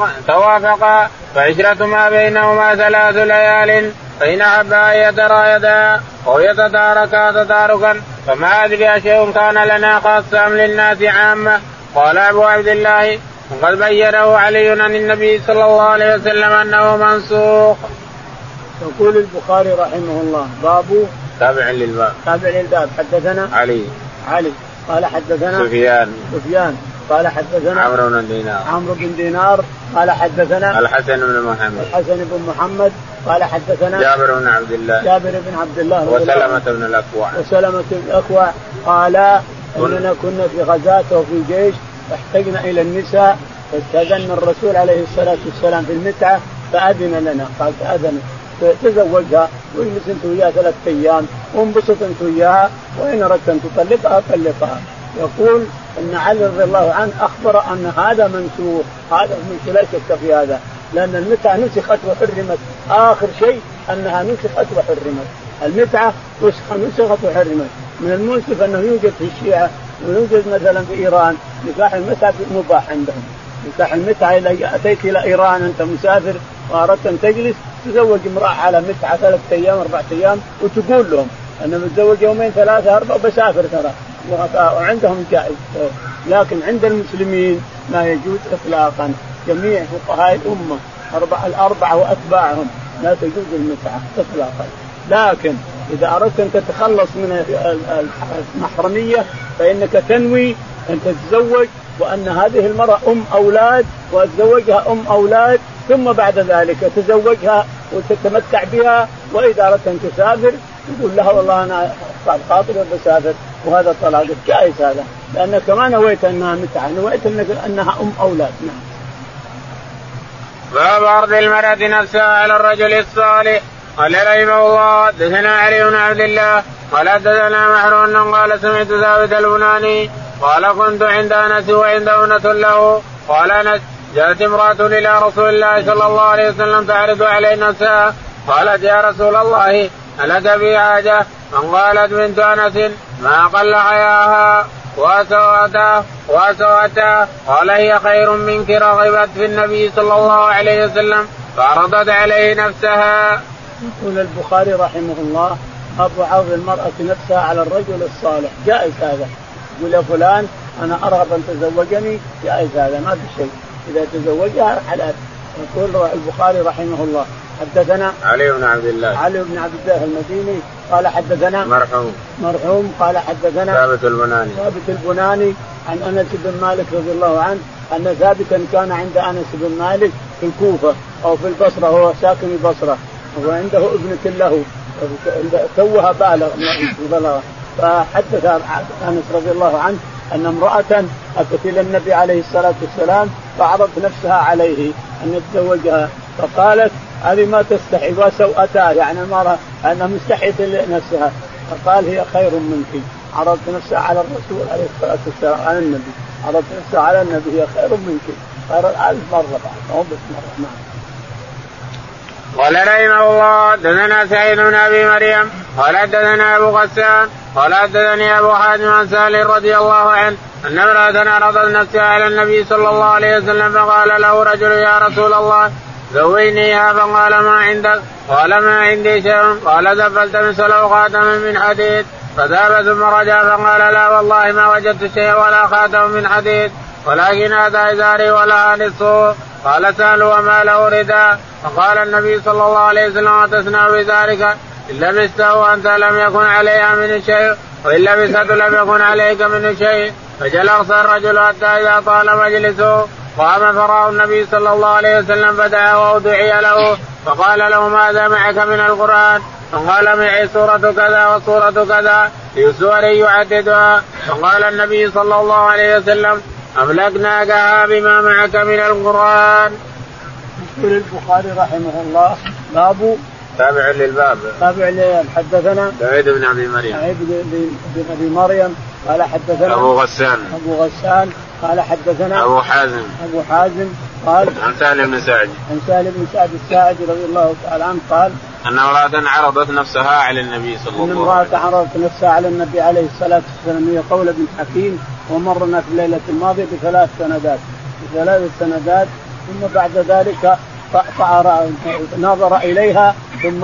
توافقا فعشرة ما بينهما ثلاث ليال فإن أحبا أن يترايدا أو يتداركا تداركا فما أدري شيء كان لنا خاصا للناس عامة. قال أبو عبد الله وقد بينه علي عن النبي صلى الله عليه وسلم أنه منسوخ. يقول البخاري رحمه الله باب تابع للباب تابع للباب. حدثنا علي علي قال حدثنا سفيان سفيان قال حدثنا عمرو بن دينار عمرو بن دينار قال حدثنا الحسن بن محمد الحسن بن محمد قال حدثنا جابر بن عبد الله جابر بن عبد الله وسلمة بن الأكوع وسلمة بن الأكوع قال إننا كنا في غزاة وفي جيش واحتجنا إلى النساء فاستأذن الرسول عليه الصلاة والسلام في المتعة فأذن لنا قال فأذن تزوجها واجلس انت وياها ثلاث ايام وانبسط انت وياها وان اردت ان تطلقها طلقها. يقول ان علي رضي الله عنه اخبر ان هذا منسوخ. هذا منسوخ لا شك في هذا لان المتعه نسخت وحرمت. اخر شيء انها نسخت وحرمت. المتعه نسخت وحرمت. من المنصف انه يوجد في الشيعه ويوجد مثلا في ايران نكاح المتعه مباح عندهم. نكاح المتعه اذا اتيت الى ايران انت مسافر واردت ان تجلس تزوج امرأة على متعة ثلاثة أيام أربعة أيام وتقول لهم أنا متزوج يومين ثلاثة أربعة بسافر ترى وعندهم جائز. لكن عند المسلمين ما يجوز إطلاقا. جميع فقهاء الأمة أربعة الأربعة وأتباعهم لا تجوز المتعة إطلاقا. لكن إذا أردت أن تتخلص من المحرمية فإنك تنوي أن تتزوج وأن هذه المرأة أم أولاد وتزوجها أم أولاد ثم بعد ذلك تزوجها وتتمتع بها. وإذا أردت أن تسافر تقول لها والله أنا صعب خاطر بسافر وهذا طلاق جائز هذا لأنك ما نويت أنها متعة نويت أنها أم أولاد. نعم. باب عرض المرأة نفسها على الرجل الصالح. قال رحمه الله حدثنا علي بن عبد الله قال حدثنا محرون قال سمعت ثابت البناني قال كنت عند أنس وعنده ابنة له قال أنس جاءت امرأة إلى رسول الله صلى الله عليه وسلم تعرض عليه نفسها قالت يا رسول الله ألك في حاجة؟ فقالت بنت أنس ما قل حياها وسوءتها وسوءتها قال هي خير منك رغبت في النبي صلى الله عليه وسلم فعرضت عليه نفسها. يقول البخاري رحمه الله أبو عرض المرأة نفسها على الرجل الصالح جائز هذا. يقول يا فلان أنا أرغب أن تزوجني جائز هذا ما في شيء إذا تزوجها حلال. يقول البخاري رحمه الله حدثنا علي بن عبد الله علي بن عبد الله المديني قال حدثنا مرحوم مرحوم قال حدثنا ثابت البناني ثابت البناني عن أنس بن مالك رضي الله عنه أن ثابتا كان عند أنس بن مالك في الكوفة أو في البصرة وهو ساكن البصرة وعنده ابنة له توها بالغ فحدث أنس رضي الله عنه أن امرأة أتت إلى النبي عليه الصلاة والسلام فعرضت نفسها عليه أن يتزوجها فقالت هذه ما تستحي وسوءتها يعني المرأة أنها مستحية لنفسها فقال هي خير منك. عرضت نفسها على الرسول عليه الصلاة والسلام على النبي عرضت نفسها على النبي هي خير منك خير ألف مرة بعد أو بس مرة. نعم. قال رحمه الله حدثنا سعيد بن أبي مريم قال حدثنا أبو غسان قال حدثني أبو حاتم عن سهل رضي الله عنه أن امرأة عرضت نفسها على النبي صلى الله عليه وسلم فقال له رجل يا رسول الله زوجنيها فقال ما عندك؟ قال ما عندي شيء. قال ذهب له خاتما من حديد فذهب ثم رجع فقال لا والله ما وجدت شيئا ولا خاتم من حديد ولكن هذا إزاري ولا نصفه. قال سهل وما له رداء؟ فقال النبي صلى الله عليه وسلم تصنع بذلك إن لبسته وأنت لم يكن عليها من شيء وإن لبسته لم يكن عليك من شيء. فجلس الرجل حتى إذا طال مجلسه قام فرأى النبي صلى الله عليه وسلم فدعا ودعي له فقال له ماذا معك من القرآن؟ فقال معي سورة كذا وسورة كذا في سور يعددها. فقال النبي صلى الله عليه وسلم أملكناكها بما معك من القرآن. يقول البخاري رحمه الله باب تابع للباب تابع لي حدثنا سعيد بن أبي مريم سعيد بن أبي مريم قال حدثنا أبو غسان أبو غسان قال حدثنا أبو حازم أبو حازم قال عن سهل بن سعد عن سهل بن سعد الساعدي رضي الله تعالى عنه قال أن امرأة عرضت نفسها على النبي صلى الله عليه وسلم. امرأة عرضت نفسها على النبي عليه الصلاة والسلام هي قولة بن حكيم ومرنا في الليلة الماضية بثلاث سندات بثلاث سندات ثم بعد ذلك نظر إليها ثم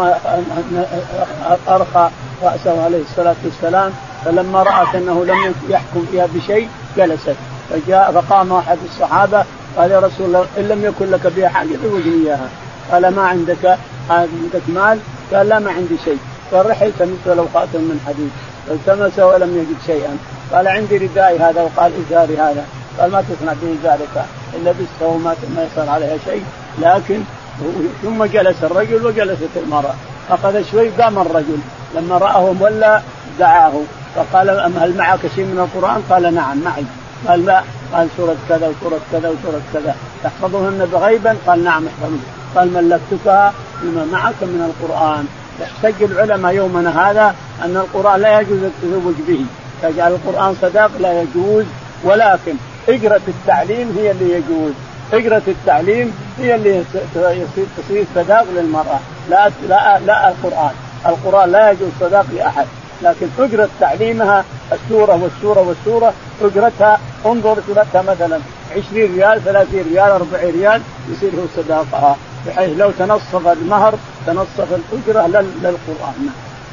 أرخى رأسه عليه الصلاة والسلام فلما رأت أنه لم يحكم فيها بشيء جلست فجاء فقام أحد الصحابة قال يا رسول الله إن لم يكن لك بها حاجة زوجني إياها. قال ما عندك عندك مال؟ قال لا ما عندي شيء. قال رحلت مثل لو خاتم من حديد التمس ولم يجد شيئا. قال عندي ردائي هذا وقال إزاري هذا. قال ما تصنع به ذلك إلا لبسته وما ما يصير عليها شيء. لكن ثم جلس الرجل وجلست المرأة. أخذ شوي قام الرجل لما رآه ولا دعاه فقال هل معك شيء من القرآن؟ قال نعم معي. قال لا. قال سورة كذا وسورة كذا وسورة كذا تحفظهن بغيبا؟ قال نعم احفظهن. قال ملكتك لما معك من القرآن. يحتج العلماء يومنا هذا أن القرآن لا يجوز التزوج به، تجعل القرآن صداق لا يجوز، ولكن إجرة التعليم هي اللي يجوز. إجرة التعليم هي اللي تصير صداق للمرأة، لا لا لا القرآن. القرآن لا يجوز صداق لأحد، لكن أجرة تعليمها السورة والسورة والسورة أجرتها انظر أجرتها مثلا عشرين ريال ثلاثين ريال أربعين ريال يصير هو صداقها، بحيث لو تنصف المهر تنصف الأجرة للقرآن.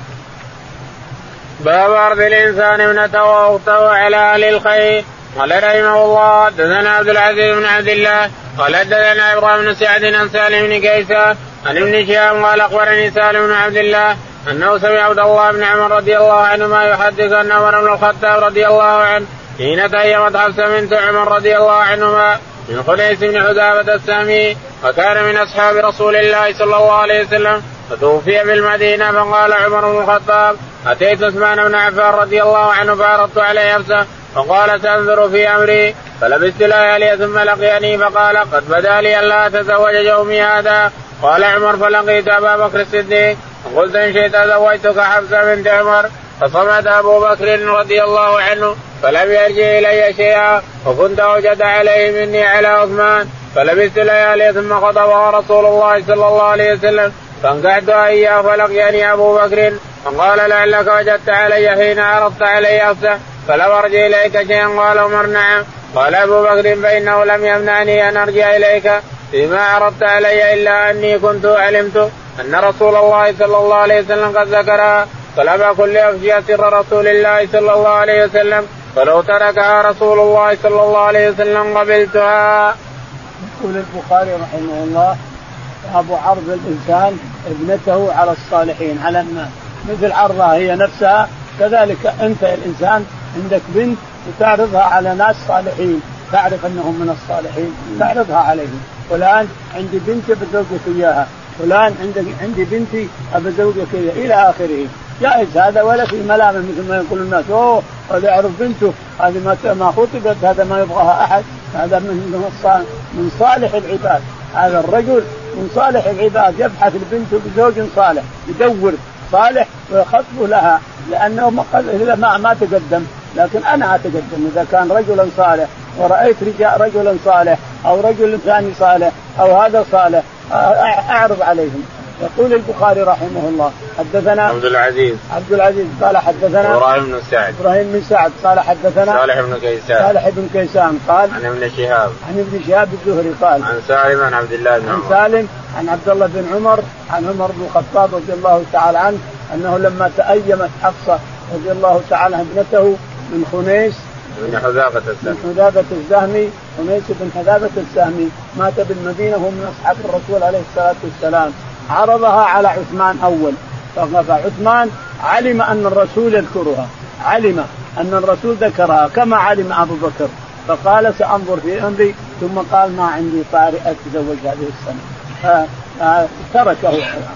باب عرض الإنسان ابنته وأخته على أهل الخير. قال رحمه الله حدثنا عبد العزيز بن عبد الله قال حدثنا إبراهيم بن سعد عن سالم بن كيسان عن ابن شهاب قال أخبرني سالم بن عبد الله أنه سمع عبد الله بن عمر رضي الله عنهما يحدث أن عمر بن الخطاب رضي الله عنه حين تيمت حفصة بنت عمر رضي الله عنهما من خنيس بن حذافة السامي وكان من أصحاب رسول الله صلى الله عليه وسلم فتوفي بالمدينة. فقال عمر بن الخطاب أتيت عثمان بن عفان رضي الله عنه فعرضت عليه حفصة فقال سأنظر في أمري فلبثت ليالي ثم لقيني فقال قد بدا لي ألا أتزوج يومي هذا. قال عمر فلقيت أبا بكر الصديق فقلت إن شئت زوجتك حفصة بنت عمر فصمت أبو بكر رضي الله عنه فلم يرجع إلي شيئا وكنت أوجد عليه مني على عثمان فلبثت ليالي ثم خطبها رسول الله صلى الله عليه وسلم فانكحتها إياه فلقيني أبو بكر فقال لعلك وجدت علي حين عرضت علي حفصة فلم أرجع إليك شيئا. قال عمر نعم. قال أبو بكر فإنه لم يمنعني أن أرجع إليك فيما عرضت علي إلا أني كنت علمت أن رسول الله صلى الله عليه وسلم قد ذكرها فلم أكن لأفشي سر رسول الله صلى الله عليه وسلم فلو تركها رسول الله صلى الله عليه وسلم قبلتها. يقول البخاري رحمه الله أبو عرض الإنسان ابنته على الصالحين على الناس مثل عرضها هي نفسها، كذلك أنت الإنسان عندك بنت وتعرضها على ناس صالحين تعرف أنهم من الصالحين تعرضها عليهم. فلان عندي بنتي بزوجك إياها، فلان عندي عندي بنتي أبزوجك إياها إلى آخره. جائز هذا ولا في ملامة مثل ما يقول الناس أوه هذا يعرف بنته هذه ما ما خطبت هذا ما يبغاها أحد. هذا من من صالح العباد، هذا الرجل من صالح العباد يبحث لبنته بزوج صالح يدور صالح ويخطب لها لأنه ما ما تقدم. لكن أنا أتقدم إذا كان رجلا صالح ورأيت رجلا صالح أو رجل ثاني صالح أو هذا صالح أعرض عليهم. يقول البخاري رحمه الله حدثنا عبد العزيز عبد العزيز قال حدثنا إبراهيم بن سعد إبراهيم بن سعد قال حدثنا صالح بن كيسان صالح بن كيسان قال عن ابن شهاب عن ابن شهاب الزهري قال عن سالم عن عبد الله بن عمر عن سالم عن عبد الله بن عمر عن عمر بن الخطاب رضي الله تعالى عنه أنه لما تأيمت حفصة رضي الله تعالى عنها ابنته من خنيس من حذافة السهمي من حذافة السهمي خنيس بن حذافة السهمي مات بالمدينة وهو من أصحاب الرسول عليه الصلاة والسلام. عرضها على عثمان أول فعثمان علم أن الرسول يذكرها، علم أن الرسول ذكرها كما علم أبو بكر فقال سأنظر في أمري ثم قال ما عندي طارئ أتزوج هذه السنة. تركه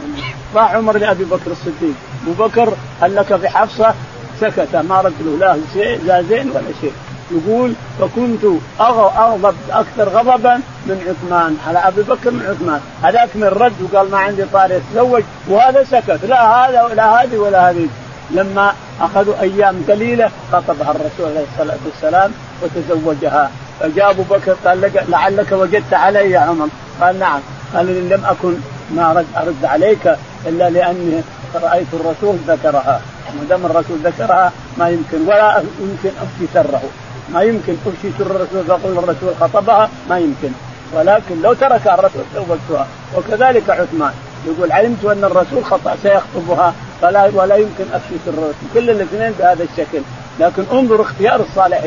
راح عمر لأبي بكر الصديق. أبو بكر هل لك في حفصة؟ سكت ما رد له لا شيء لا زين ولا شيء. يقول فكنت أغضب أكثر غضبا من عثمان على أبي بكر من عثمان. هذاك من رد وقال ما عندي طارئ أتزوج وهذا سكت لا هذا ولا هذه ولا هذه. لما أخذوا أيام قليلة خطبها الرسول عليه الصلاة والسلام وتزوجها. فجاء أبو بكر قال لك لعلك وجدت علي يا عمر؟ قال نعم. قال إن لم أكن ما أرد أرد عليك إلا لأني رأيت الرسول ذكرها، ما دام الرسول ذكرها ما يمكن ولا يمكن أفشي سره، ما يمكن أفشي سر الرسول فقل الرسول خطبها ما يمكن. ولكن لو ترك الرسول زوجتها. وكذلك عثمان يقول علمت أن الرسول خطأ سيخطبها فلا ولا يمكن أفشي سر الرسول. كل الاثنين بهذا الشكل. لكن انظر اختيار الصالحين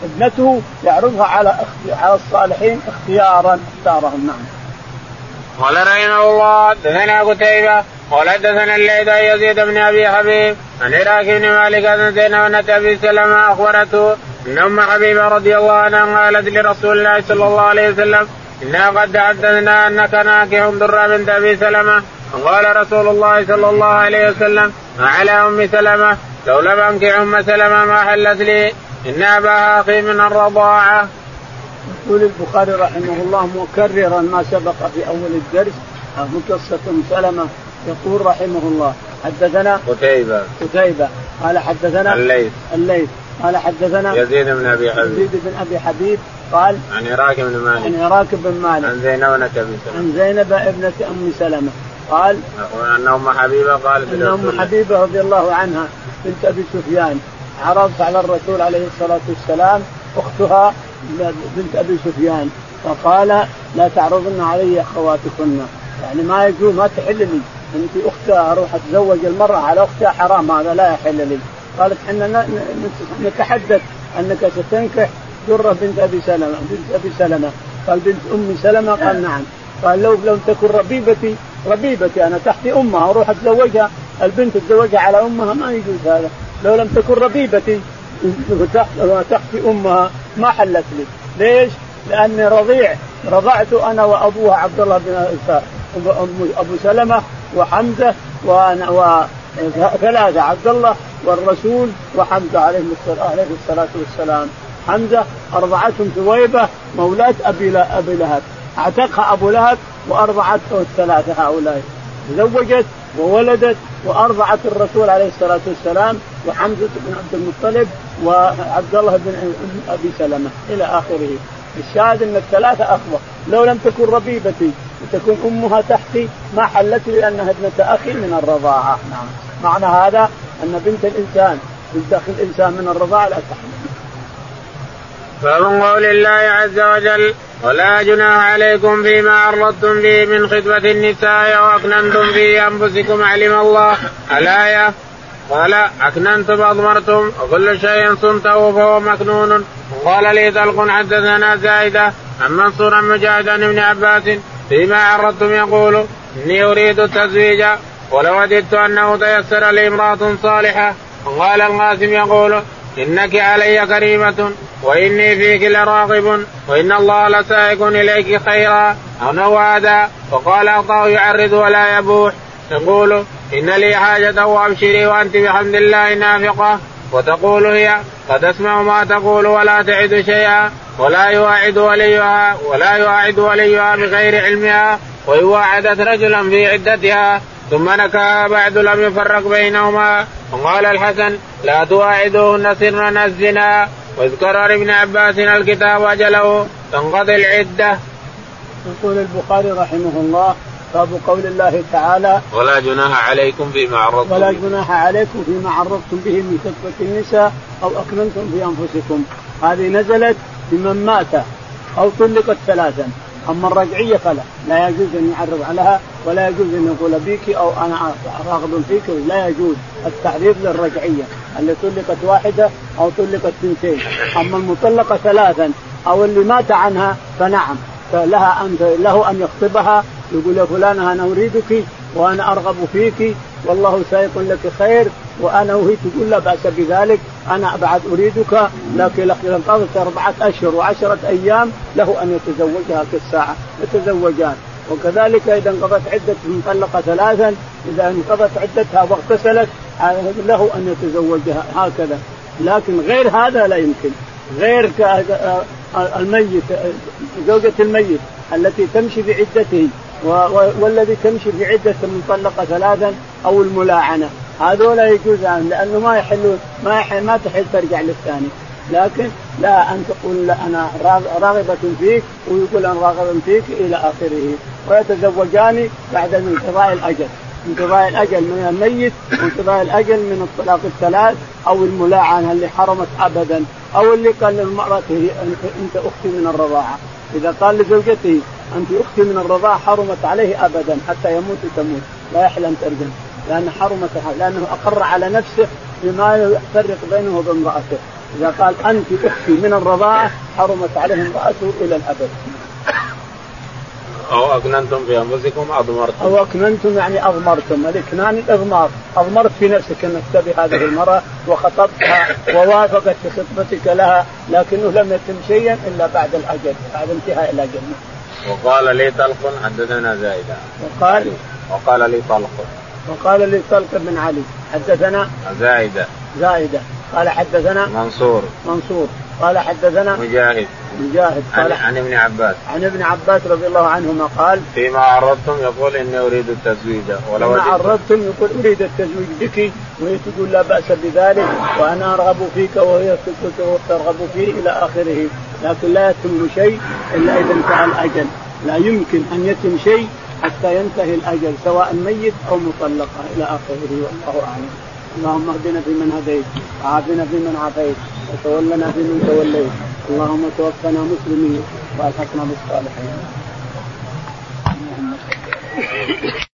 ابنته يعرضها على على الصالحين اختيارا اختارهم. نعم. قال رحمه الله حدثنا قتيبة قال حدثنا الليث عن يزيد بن ابي حبيب عن عراك بن مالك عن زينب بنت ابي سلمة اخبرته ان ام حبيبة رضي الله عنها قالت لرسول الله صلى الله عليه وسلم انا قد حدثنا انك ناكح درة بنت ابي سلمة. قال رسول الله صلى الله عليه وسلم على ام سلمة لو لم انكح ام سلمة ما حلت لي ان اباها اخي من الرضاعة. يقول البخاري رحمه الله مكررا ما سبق في اول الدرس عن قصة ام سلمة. يقول رحمه الله حدثنا قتيبة قتيبة قال حدثنا الليث الليث قال حدثنا يزيد بن ابي حبيب يزيد بن ابي حبيب قال عن عراك بن مالك عن عراك بن مالك عن زينب بنت ابي سلمة عن زينب ابنة ام سلمة قال ان ام حبيبه قالت ان ام حبيبه رضي الله عنها بنت ابي سفيان عرضت على الرسول عليه الصلاة والسلام اختها بنت ابي سفيان فقال لا تعرضن علي اخواتكن، يعني ما يجوز ما تحل لي انت اختها اروح اتزوج المرأة على اختها حرام هذا لا يحل لي. قالت احنا نتحدث انك ستنكح درة بنت ابي سلمة بنت ابي سلمة. قال بنت ام سلمة قال نعم. قال لو لم تكن ربيبتي ربيبتي انا تحت امها اروح اتزوجها البنت تتزوجها على امها ما يجوز هذا. لو لم تكن ربيبتي تحت امها ما حلت لي. ليش؟ لاني رضيع رضعت انا وابوها عبد الله بن ابو سلمة وحمزة وثلاثة عبد الله والرسول وحمزة عليه الصلاة والسلام. حمزة أرضعتهم ثويبة مولاة أبي لهب اعتقها أبو لهب وأرضعته الثلاثة هؤلاء تزوجت وولدت وأرضعت الرسول عليه الصلاة والسلام وحمزة بن عبد المطلب وعبد الله بن أبي سلمة إلى آخره. الشاهد أن الثلاثة أخوة لو لم تكن ربيبتي وتكون أمها تحتي ما حلت لأنها ابنة أخي من الرضاعة. نعم. معنى هذا أن بنت الإنسان بنت أخي الإنسان من الرضاعة لا تحمل. فمن قول الله عز وجل ولا جناح عليكم فيما عرضتم به من خطبة النساء وأكننتم في أنفسكم علم الله الآية. قال أكننتم أضمرتم وكل شيء صمته فهو مكنون. قال لي طلق حدثنا زائدة عن منصور مجاهد عن ابن عباس فيما عرضتم يقول إني أريد التزويج ولو وددت أنه تيسر لي امرأة صالحة. قال القاسم يقول إنك علي كريمة وإني فيك لراغب وإن الله لسائق إليك خيرا أو نوادا. وقال أعطاه يعرض ولا يبوح يقول إن لي حاجة وأبشري وأنت بحمد الله نافقة. وتقول هي قد أسمع ما تقول ولا تعد شيئا ولا يواعد وليها ولا يواعد وليها بغير علمها وإن واعدت رجلا في عدتها ثم نكاها بعد لم يفرق بينهما. وقال الحسن لا تواعدوهن سرا الزنا. واذكر ابن عباس الكتاب أجله تنقضي العدة. يقول البخاري رحمه الله باب قول الله تعالى ولا جناح عليكم فيما عرضتم ولا جناح عليكم فيما عرضتم به من خطبة النساء أو أكننتم في أنفسكم. هذه نزلت بمن مات أو طلقت ثلاثا. أما الرجعية فلا لا يجوز أن يعرض عليها ولا يجوز أن يقول بيك أو أنا راغب فيك لا يجوز التعريض للرجعية اللي طلقت واحدة أو طلقت اثنتين. أما المطلقة ثلاثا أو اللي مات عنها فنعم فلها أن له أن يخطبها يقول يا فلانة أنا أريدك وأنا أرغب فيك والله سائق لك خير وأنا وهي تقول لا بأس بذلك أنا بعد أريدك لكن إذا انقضت أربعة أشهر وعشرة أيام له أن يتزوجها كالساعة يتزوجان. وكذلك إذا انقضت عدة مطلقة ثلاثا إذا انقضت عدتها واغتسلت له أن يتزوجها هكذا. لكن غير هذا لا يمكن. غير الميت زوجة الميت التي تمشي بعدته والذي تمشي بعدة المطلقة ثلاثا أو الملاعنة هذول لا يجوز لأنه ما يحلون ما يحل ما تحل ترجع للثاني. لكن لا أن تقول لا أنا راغبة فيك ويقول أنا راغب فيك إلى آخره. ويتزوجان بعد انقضاء الأجل انقضاء الأجل من الميت وانقضاء الأجل من الطلاق الثلاث أو الملاعنة اللي حرمت أبدا أو اللي قال للمرأة أنت أختي من الرضاعة. إذا قال لزوجته أنت أختي من الرضاعة حرمت عليه أبدا حتى يموت تموت لا يحل أن ترجم لأن حرمت لأنه أقر على نفسه بما يفرق بينه وبين امرأته. إذا قال أنت أختي من الرضاعة حرمت عليه امرأته إلى الأبد. أو أكننتم في أنفسكم أضمرتم. أو أكننتم يعني أضمرتم، الإكنان الإضمار، أضمرت في نفسك أنك تبي هذه المرأة وخطبتها ووافقت في خطبتك لها، لكنه لم يتم شيئا إلا بعد الأجل، بعد انتهاء الأجل. وقال لي طلق حدثنا زائدة. وقال وقال لي طلق. وقال لي طلق بن علي حدثنا زائدة. زائدة قال حدثنا منصور. منصور قال حدثنا مجاهد. مجاهد قال عن, عن ابن عباس. عن ابن عباس رضي الله عنهما قال فيما عرضتم يقول إني أريد التزويج. فيما عرضتم يقول أريد التزويج بك، وهي تقول لا بأس بذلك وأنا أرغب فيك وهي ترغب فيه إلى آخره، لكن لا يتم شيء إلا إذا انتهى الأجل، لا يمكن أن يتم شيء حتى ينتهي الأجل سواء ميت أو مطلقة إلى آخره، والله أعلم. اللهم اهدنا فيمن هديت وعافنا فيمن عافيت وتولنا فيمن توليت، اللهم توفنا مسلمين والحقنا بالصالحين.